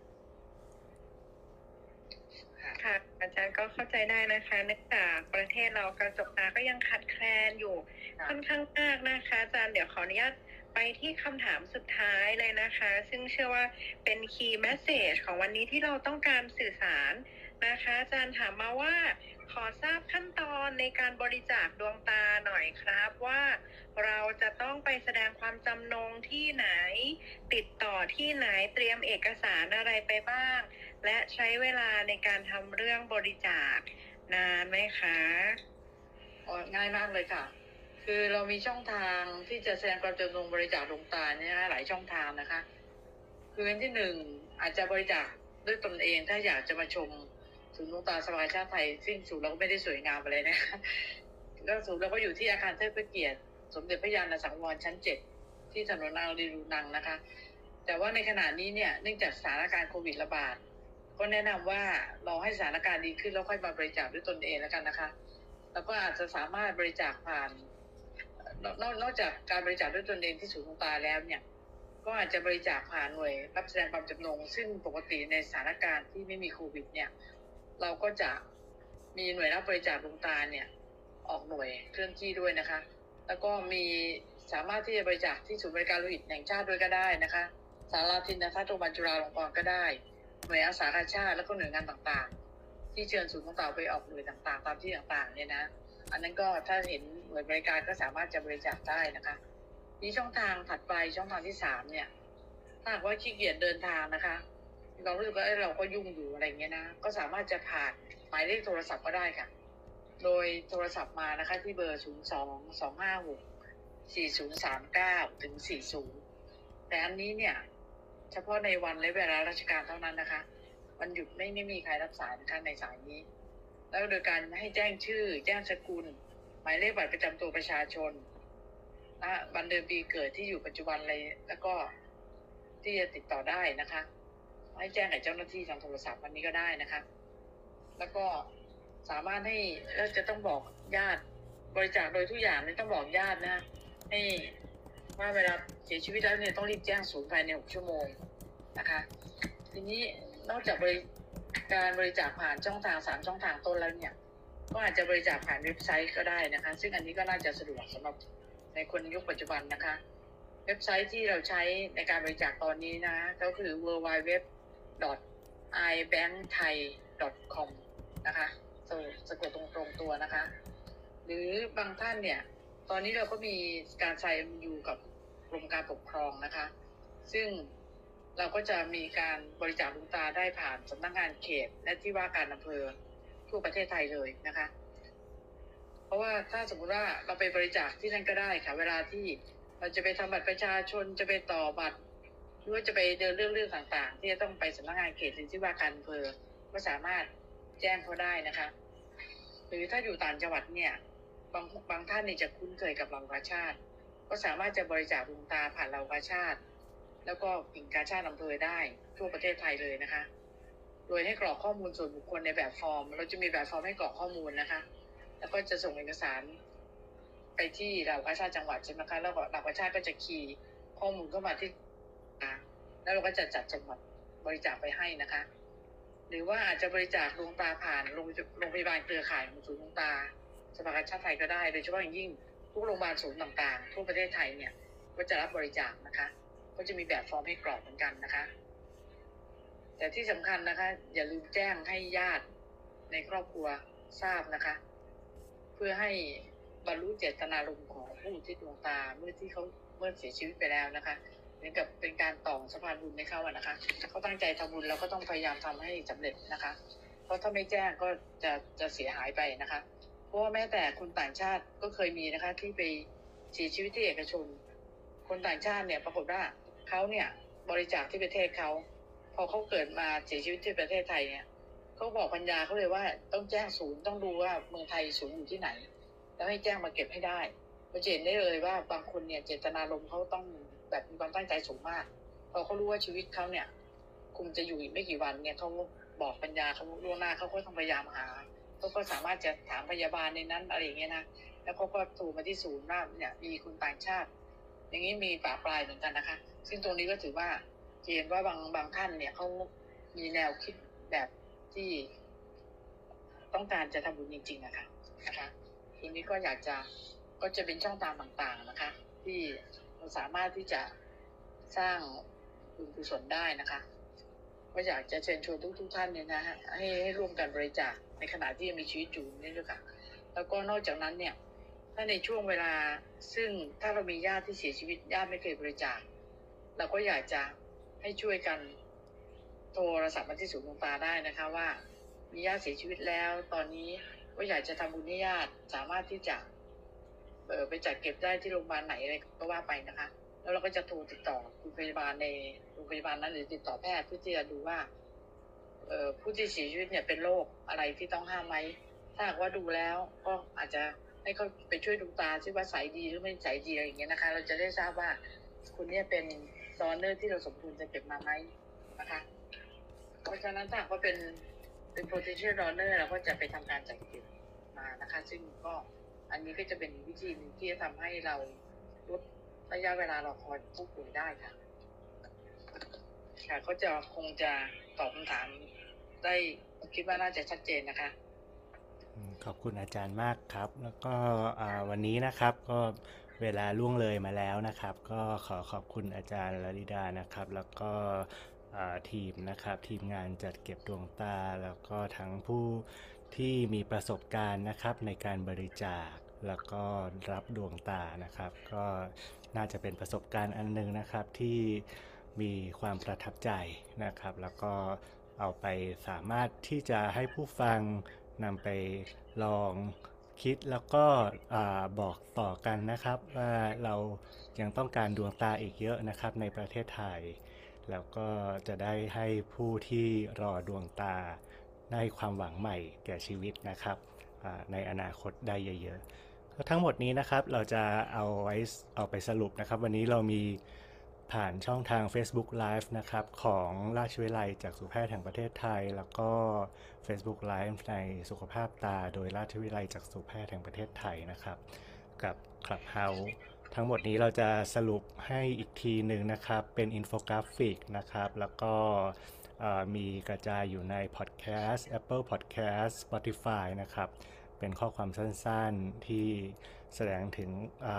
ค่ะอาจารย์ก็เข้าใจได้นะคะเนื่องจากประเทศเรากระจกตาก็ยังขาดแคลนอยู่ค่อนข้างมากนะคะอาจารย์เดี๋ยวขออนุญาตไปที่คำถามสุดท้ายเลยนะคะซึ่งเชื่อว่าเป็น key message ของวันนี้ที่เราต้องการสื่อสารนะคะอาจารย์ถามมาว่าขอทราบขั้นตอนในการบริจาคดวงตาหน่อยครับว่าเราจะต้องไปแสดงความจำนงที่ไหนติดต่อที่ไหนเตรียมเอกสารอะไรไปบ้างและใช้เวลาในการทำเรื่องบริจาคนานไหมคะอ๋อง่ายมากเลยค่ะคือเรามีช่องทางที่จะแสดงความจำนงบริจาคดวงตาเนี่ยหลายช่องทางนะคะคืออันที่หนึ่งอาจจะบริจาคด้วยตนเองถ้าอยากจะมาชมศูนย์ดวงตาสภากาชาติไทยซึ่งศูนย์เราก็ไม่ได้สวยงามอะไรนะคะก็ศูนย์เราก็อยู่ที่อาคารเทิดพระเกียรติสมเด็จพระยาณสังวรชั้นเจ็ดที่ถนนนางรีรูนังนะคะแต่ว่าในขณะนี้เนี่ยเนื่องจากสถานการณ์โควิดระบาดก็แนะนำว่ารอให้สถานการณ์ดีขึ้นแล้วค่อยมาบริจาคด้วยตนเองแล้วกันนะคะแล้วก็อาจจะสามารถบริจาคผ่านนอกนอกจากการบริจาคด้วยตนเองที่ศูนย์ดวงตาแล้วเนี่ยก็อาจจะบริจาคผ่านหน่วยรับแสดงความจำนงซึ่งปกติในสถานการณ์ที่ไม่มีโควิดเนี่ยเราก็จะมีหน่วยรับบริจาคดวงตาเนี่ยออกหน่วยเคลื่อนที่ด้วยนะคะแล้วก็มีสามารถที่จะบริจาคที่ศูนย์บริการโลหิตแห่งชาติด้วยก็ได้นะคะศาลาทินนะคะโรงพยาบาลจุฬาลงกรณ์ก็ได้หน่วยอาสาชาติแล้วก็หน่วยงานต่างๆที่เชิญศูนย์ดวงตาไปออกหน่วยต่างๆตามที่ต่างๆเนี่ยนะอันนั้นก็ถ้าเห็นหน่วยบริการก็สามารถจะบริจาคได้นะคะนี่ช่องทางถัดไปช่องทางที่สามเนี่ยถ้าหากว่าขี้เกียจเดินทางนะคะเรารู้สึกว่าเราก็ยุ่งอยู่อะไรเงี้ยนะก็สามารถจะผ่านหมายเลขโทรศัพท์ก็ได้ค่ะโดยโทรศัพท์มานะคะที่เบอร์ศูนย์ สอง สอง ห้า หก สี่ ศูนย์ สาม เก้า ถึง สี่สิบแต่อันนี้เนี่ยเฉพาะในวันและเวลาราชการเท่านั้นนะคะวันหยุดไม่ไม่มีใครรับสายนะคะในสายนี้แล้วโดยการให้แจ้งชื่อแจ้งสกุลหมายเลขบัตรประจำตัวประชาชนนะวันเดือนปีเกิดที่อยู่ปัจจุบันเลยแล้วก็ที่จะติดต่อได้นะคะให้แจ้งกับเจ้าหน้าที่ทางโทรศัพท์วันนี้ก็ได้นะคะแล้วก็สามารถให้แล้วจะต้องบอกญาติบริจาคโดยทุกอย่างเนี่ยต้องบอกญาตินะให้ว่าเวลาเสียชีวิตแล้วเนี่ยต้องรีบแจ้งศูนย์ภายในหกชั่วโมงนะคะทีนี้นอกจากบริการบริจาคผ่านช่องทางสามช่องทางต้นแล้วเนี่ยก็อาจจะบริจาคผ่านเว็บไซต์ก็ได้นะคะซึ่งอันนี้ก็น่าจะสะดวกสำหรับในคนยุคปัจจุบันนะคะเว็บไซต์ที่เราใช้ในการบริจาคตอนนี้นะก็คือ ดับเบิลยู ดับเบิลยู ดับเบิลยู ดอท ไอ แบงค์ ไทย ดอท คอม นะคะสะกดตรงๆตัวนะคะหรือบางท่านเนี่ยตอนนี้เราก็มีการใช้อยู่กับกรมการปกครองนะคะซึ่งเราก็จะมีการบริจาคดวงตาได้ผ่านสำนักงานเขตและที่ว่าการอำเภอทั่วประเทศไทยเลยนะคะเพราะว่าถ้าสมมุติว่าเราไปบริจาคที่นั่นก็ได้ค่ะเวลาที่เราจะไปทำบัตรประชาชนจะไปต่อบัตรหรือว่าจะไปเดินเรื่องเรื่องต่างๆที่จะต้องไปสำนักงานเขตหรือที่ว่าการอำเภอก็สามารถแจ้งเขาได้นะคะหรือถ้าอยู่ต่างจังหวัดเนี่ยบางบางท่านนี่จะคุ้นเคยกับเหล่ากาชาติก็สามารถจะบริจาคดวงตาผ่านเหล่ากาชาติแล้วก็กิ่งกาชาติอำเภอได้ทั่วประเทศไทยเลยนะคะโดยให้กรอกข้อมูลส่วนบุคคลในแบบฟอร์มเราจะมีแบบฟอร์มให้กรอกข้อมูลนะคะแล้วก็จะส่งเอกสารไปที่เหล่ากาชาติจังหวัดใช่ไหมคะแล้วก็เหล่ากาชาติก็จะคีย์ข้อมูลเข้ามาที่แล้วเราก็จะจัดจังหวัดบริจาคไปให้นะคะหรือว่าอาจจะบริจาคดวงตาผ่านโรงพยาบาลเครือข่ายของศูนย์ดวงตาสภากาชาติไทยก็ได้โดยเฉพาะอย่างยิ่งทุกโรงพยาบาลศูนย์ต่างๆทั่วประเทศไทยเนี่ยก็จะรับบริจาคนะคะก็จะมีแบบฟอร์มให้กรอกเหมือนกันนะคะแต่ที่สำคัญนะคะอย่าลืมแจ้งให้ญาติในครอบครัวทราบนะคะเพื่อให้บรรลุเจตนารมณ์ของผู้ที่ดวงตาเมื่อที่เขาเมื่อเสียชีวิตไปแล้วนะคะเหมือนกับเป็นการต่อสะพานบุญให้เขาอะนะคะเขาตั้งใจทำบุญเราก็ต้องพยายามทำให้สำเร็จนะคะเพราะถ้าไม่แจ้งก็จะจะเสียหายไปนะคะเพราะว่าแม้แต่คนต่างชาติก็เคยมีนะคะที่ไปเสียชีวิตที่เอกชนคนต่างชาติเนี่ยปรากฏว่าเขาเนี่ยบริจาคที่ประเทศเขาพออเขาเกิดมาเสียชีวิตที่ประเทศไทยเนี่ยเขาบอกปัญญาเขาเลยว่าต้องแจ้งศูนย์ต้องดูว่าเมืองไทยศูนย์อยู่ที่ไหนแล้วให้แจ้งมาเก็บให้ได้เราจะเห็นได้เลยว่าบางคนเนี่ยเจตนารมณ์เขาต้องแบบมีความตั้งใจสูงมากพอเขารู้ว่าชีวิตเขาเนี่ยคงจะอยู่อีกไม่กี่วันเนี่ยเขาบอกปัญญาเขาล่วงหน้าเขาก็ต้องพยายามหาเขาก็สามารถจะถามพยาบาลในนั้นอะไรอย่างเงี้ยนะแล้วเขาก็โทรมาที่ศูนย์ว่าเนี่ยมีคนต่างชาติอย่างนี้มีป่าปลายเหมือนกันนะคะซึ่งตรงนี้ก็ถือว่าเห็นว่าบางบางท่านเนี่ยเขามีแนวคิดแบบที่ต้องการจะทำบุญจริงๆนะคะนะคะทีนี้ก็อยากจะก็จะเป็นช่องทางต่างๆนะคะที่เราสามารถที่จะสร้างบุญกุศลได้นะคะก็อยากจะเชิญชวนทุกๆท่านเนี่ยนะฮะให้ให้ร่วมกันบริจาคในขณะที่ยังมีชีวิตอยู่นี่ด้วยค่ะแล้วก็นอกจากนั้นเนี่ยถ้าในช่วงเวลาซึ่งถ้าเรามีญาติที่เสียชีวิตญาติไม่เคยบริจาคเราก็อยากจะให้ช่วยกันโทรศัพท์มาที่ศูนย์ดวงตาได้นะคะว่ามีญาติเสียชีวิตแล้วตอนนี้ก็อยากจะทำบุญให้ญาติสามารถที่จะเออไปจัดเก็บได้ที่โรงพยาบาลไหนอะไรก็ว่าไปนะคะแล้วเราก็จะโทรติดต่อคุณพยาบาลในโรงพยาบาลนั้นหรือติดต่อแพทย์เพื่อที่จะดูว่าเอ่อผู้ที่เสียชีวิตเนี่ยเป็นโรคอะไรที่ต้องห้ามไหมถ้าหากว่าดูแล้วก็อาจจะให้เขาไปช่วยดูตาซิว่าใสดีหรือไม่ใสดีอะไรอย่างเงี้ยนะคะเราจะได้ทราบว่าคุณเนี่ยเป็นดอนเนอร์ที่เราสมควรจะเก็บมาไหมนะคะเพราะฉะนั้นถ้าก็เป็นเป็น potential donor เราก็จะไปทำการจัดเก็บมานะคะซึ่งก็อันนี้ก็จะเป็นวิธีหนึ่งที่จะทำให้เราลดระยะเวลารอคอยผู้ป่วยได้ค่ะค่ะเขาจะคงจะตอบคำถามได้คิดว่าน่าจะชัดเจนนะคะขอบคุณอาจารย์มากครับแล้วก็วันนี้นะครับก็เวลาล่วงเลยมาแล้วนะครับก็ขอขอบคุณอาจารย์ลลิดานะครับแล้วก็ทีมนะครับทีมงานจัดเก็บดวงตาแล้วก็ทั้งผู้ที่มีประสบการณ์นะครับในการบริจาคแล้วก็รับดวงตานะครับก็น่าจะเป็นประสบการณ์อันนึงนะครับที่มีความประทับใจนะครับแล้วก็เอาไปสามารถที่จะให้ผู้ฟังนำไปลองคิดแล้วก็บอกต่อกันนะครับว่าเรายังต้องการดวงตาอีกเยอะนะครับในประเทศไทยแล้วก็จะได้ให้ผู้ที่รอดวงตาได้ความหวังใหม่แก่ชีวิตนะครับในอนาคตได้เยอะๆทั้งหมดนี้นะครับเราจะเอาไว้เอาไปสรุปนะครับวันนี้เรามีผ่านช่องทาง Facebook Live นะครับของราชวิทยาลัยจักษุแพทย์แห่งประเทศไทยแล้วก็ Facebook Live ในสุขภาพตาโดยราชวิทยาลัยจักษุแพทย์แห่งประเทศไทยนะครับกับ Clubhouse ทั้งหมดนี้เราจะสรุปให้อีกทีหนึ่งนะครับเป็นอินโฟกราฟิกนะครับแล้วก็มีกระจายอยู่ใน Podcast Apple Podcast Spotify นะครับเป็นข้อความสั้นๆที่แสดงถึง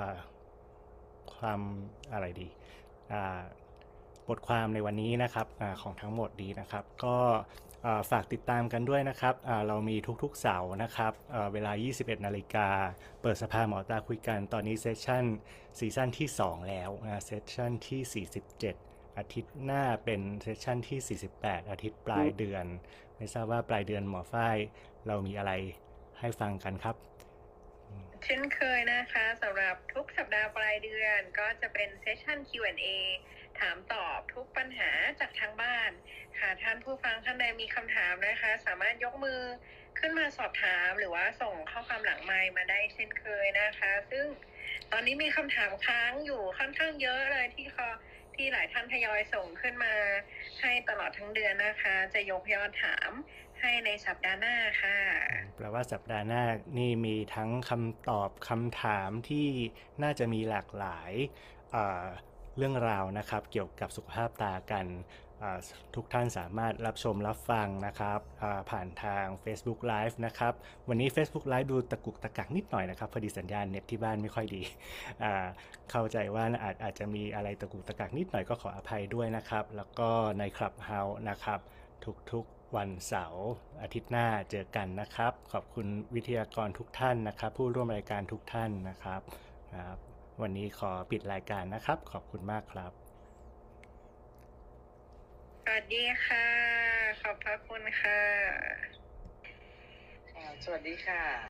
ความอะไรดีบทความในวันนี้นะครับอของทั้งหมดดีนะครับก็ฝากติดตามกันด้วยนะครับเรามีทุกๆเสาร์นะครับเวลา ยี่สิบเอ็ดนาฬิกา เปิดสภาหมอตาคุยกันตอนนี้เซสชั่นซีซั่นที่สองแล้วนะเซสชั่นที่สี่สิบเจ็ดอาทิตย์หน้าเป็นเซสชั่นที่สี่สิบแปดอาทิตย์ปลายเดือนไม่ทราบว่าปลายเดือนหมอฝ้ายเรามีอะไรให้ฟังกันครับเช่นเคยนะคะสำหรับทุกสัปดาห์ปลายเดือนก็จะเป็นเซสชั่น คิว แอนด์ เอ ถามตอบทุกปัญหาจากทางบ้านค่ะท่านผู้ฟังท่านใดมีคำถามนะคะสามารถยกมือขึ้นมาสอบถามหรือว่าส่งข้อความหลังไมค์มาได้เช่นเคยนะคะซึ่งตอนนี้มีคำถามค้างอยู่ค่อนข้างเยอะเลยที่เขาที่หลายท่านทยอยส่งขึ้นมาให้ตลอดทั้งเดือนนะคะจะยกยอดถามให้ในสัปดาห์หน้าค่ะแปลว่าสัปดาห์หน้านี่มีทั้งคำตอบคำถามที่น่าจะมีหลากหลายเรื่องราวนะครับเกี่ยวกับสุขภาพตากันทุกท่านสามารถรับชมรับฟังนะครับผ่านทาง Facebook Live นะครับวันนี้ Facebook Live ดูตะกุกตะกักนิดหน่อยนะครับพอดีสัญญาณเน็ตที่บ้านไม่ค่อยดีเข้าใจว่าอาจอาจจะมีอะไรตะกุกตะกักนิดหน่อยก็ขออภัยด้วยนะครับแล้วก็ใน Clubhouse นะครับทุกๆวันเสาร์อาทิตย์หน้าเจอกันนะครับขอบคุณวิทยากรทุกท่านนะครับผู้ร่วมรายการทุกท่านนะครับครับวันนี้ขอปิดรายการนะครับขอบคุณมากครับสวัสดีค่ะขอบพระคุณค่ะสวัสดีค่ะ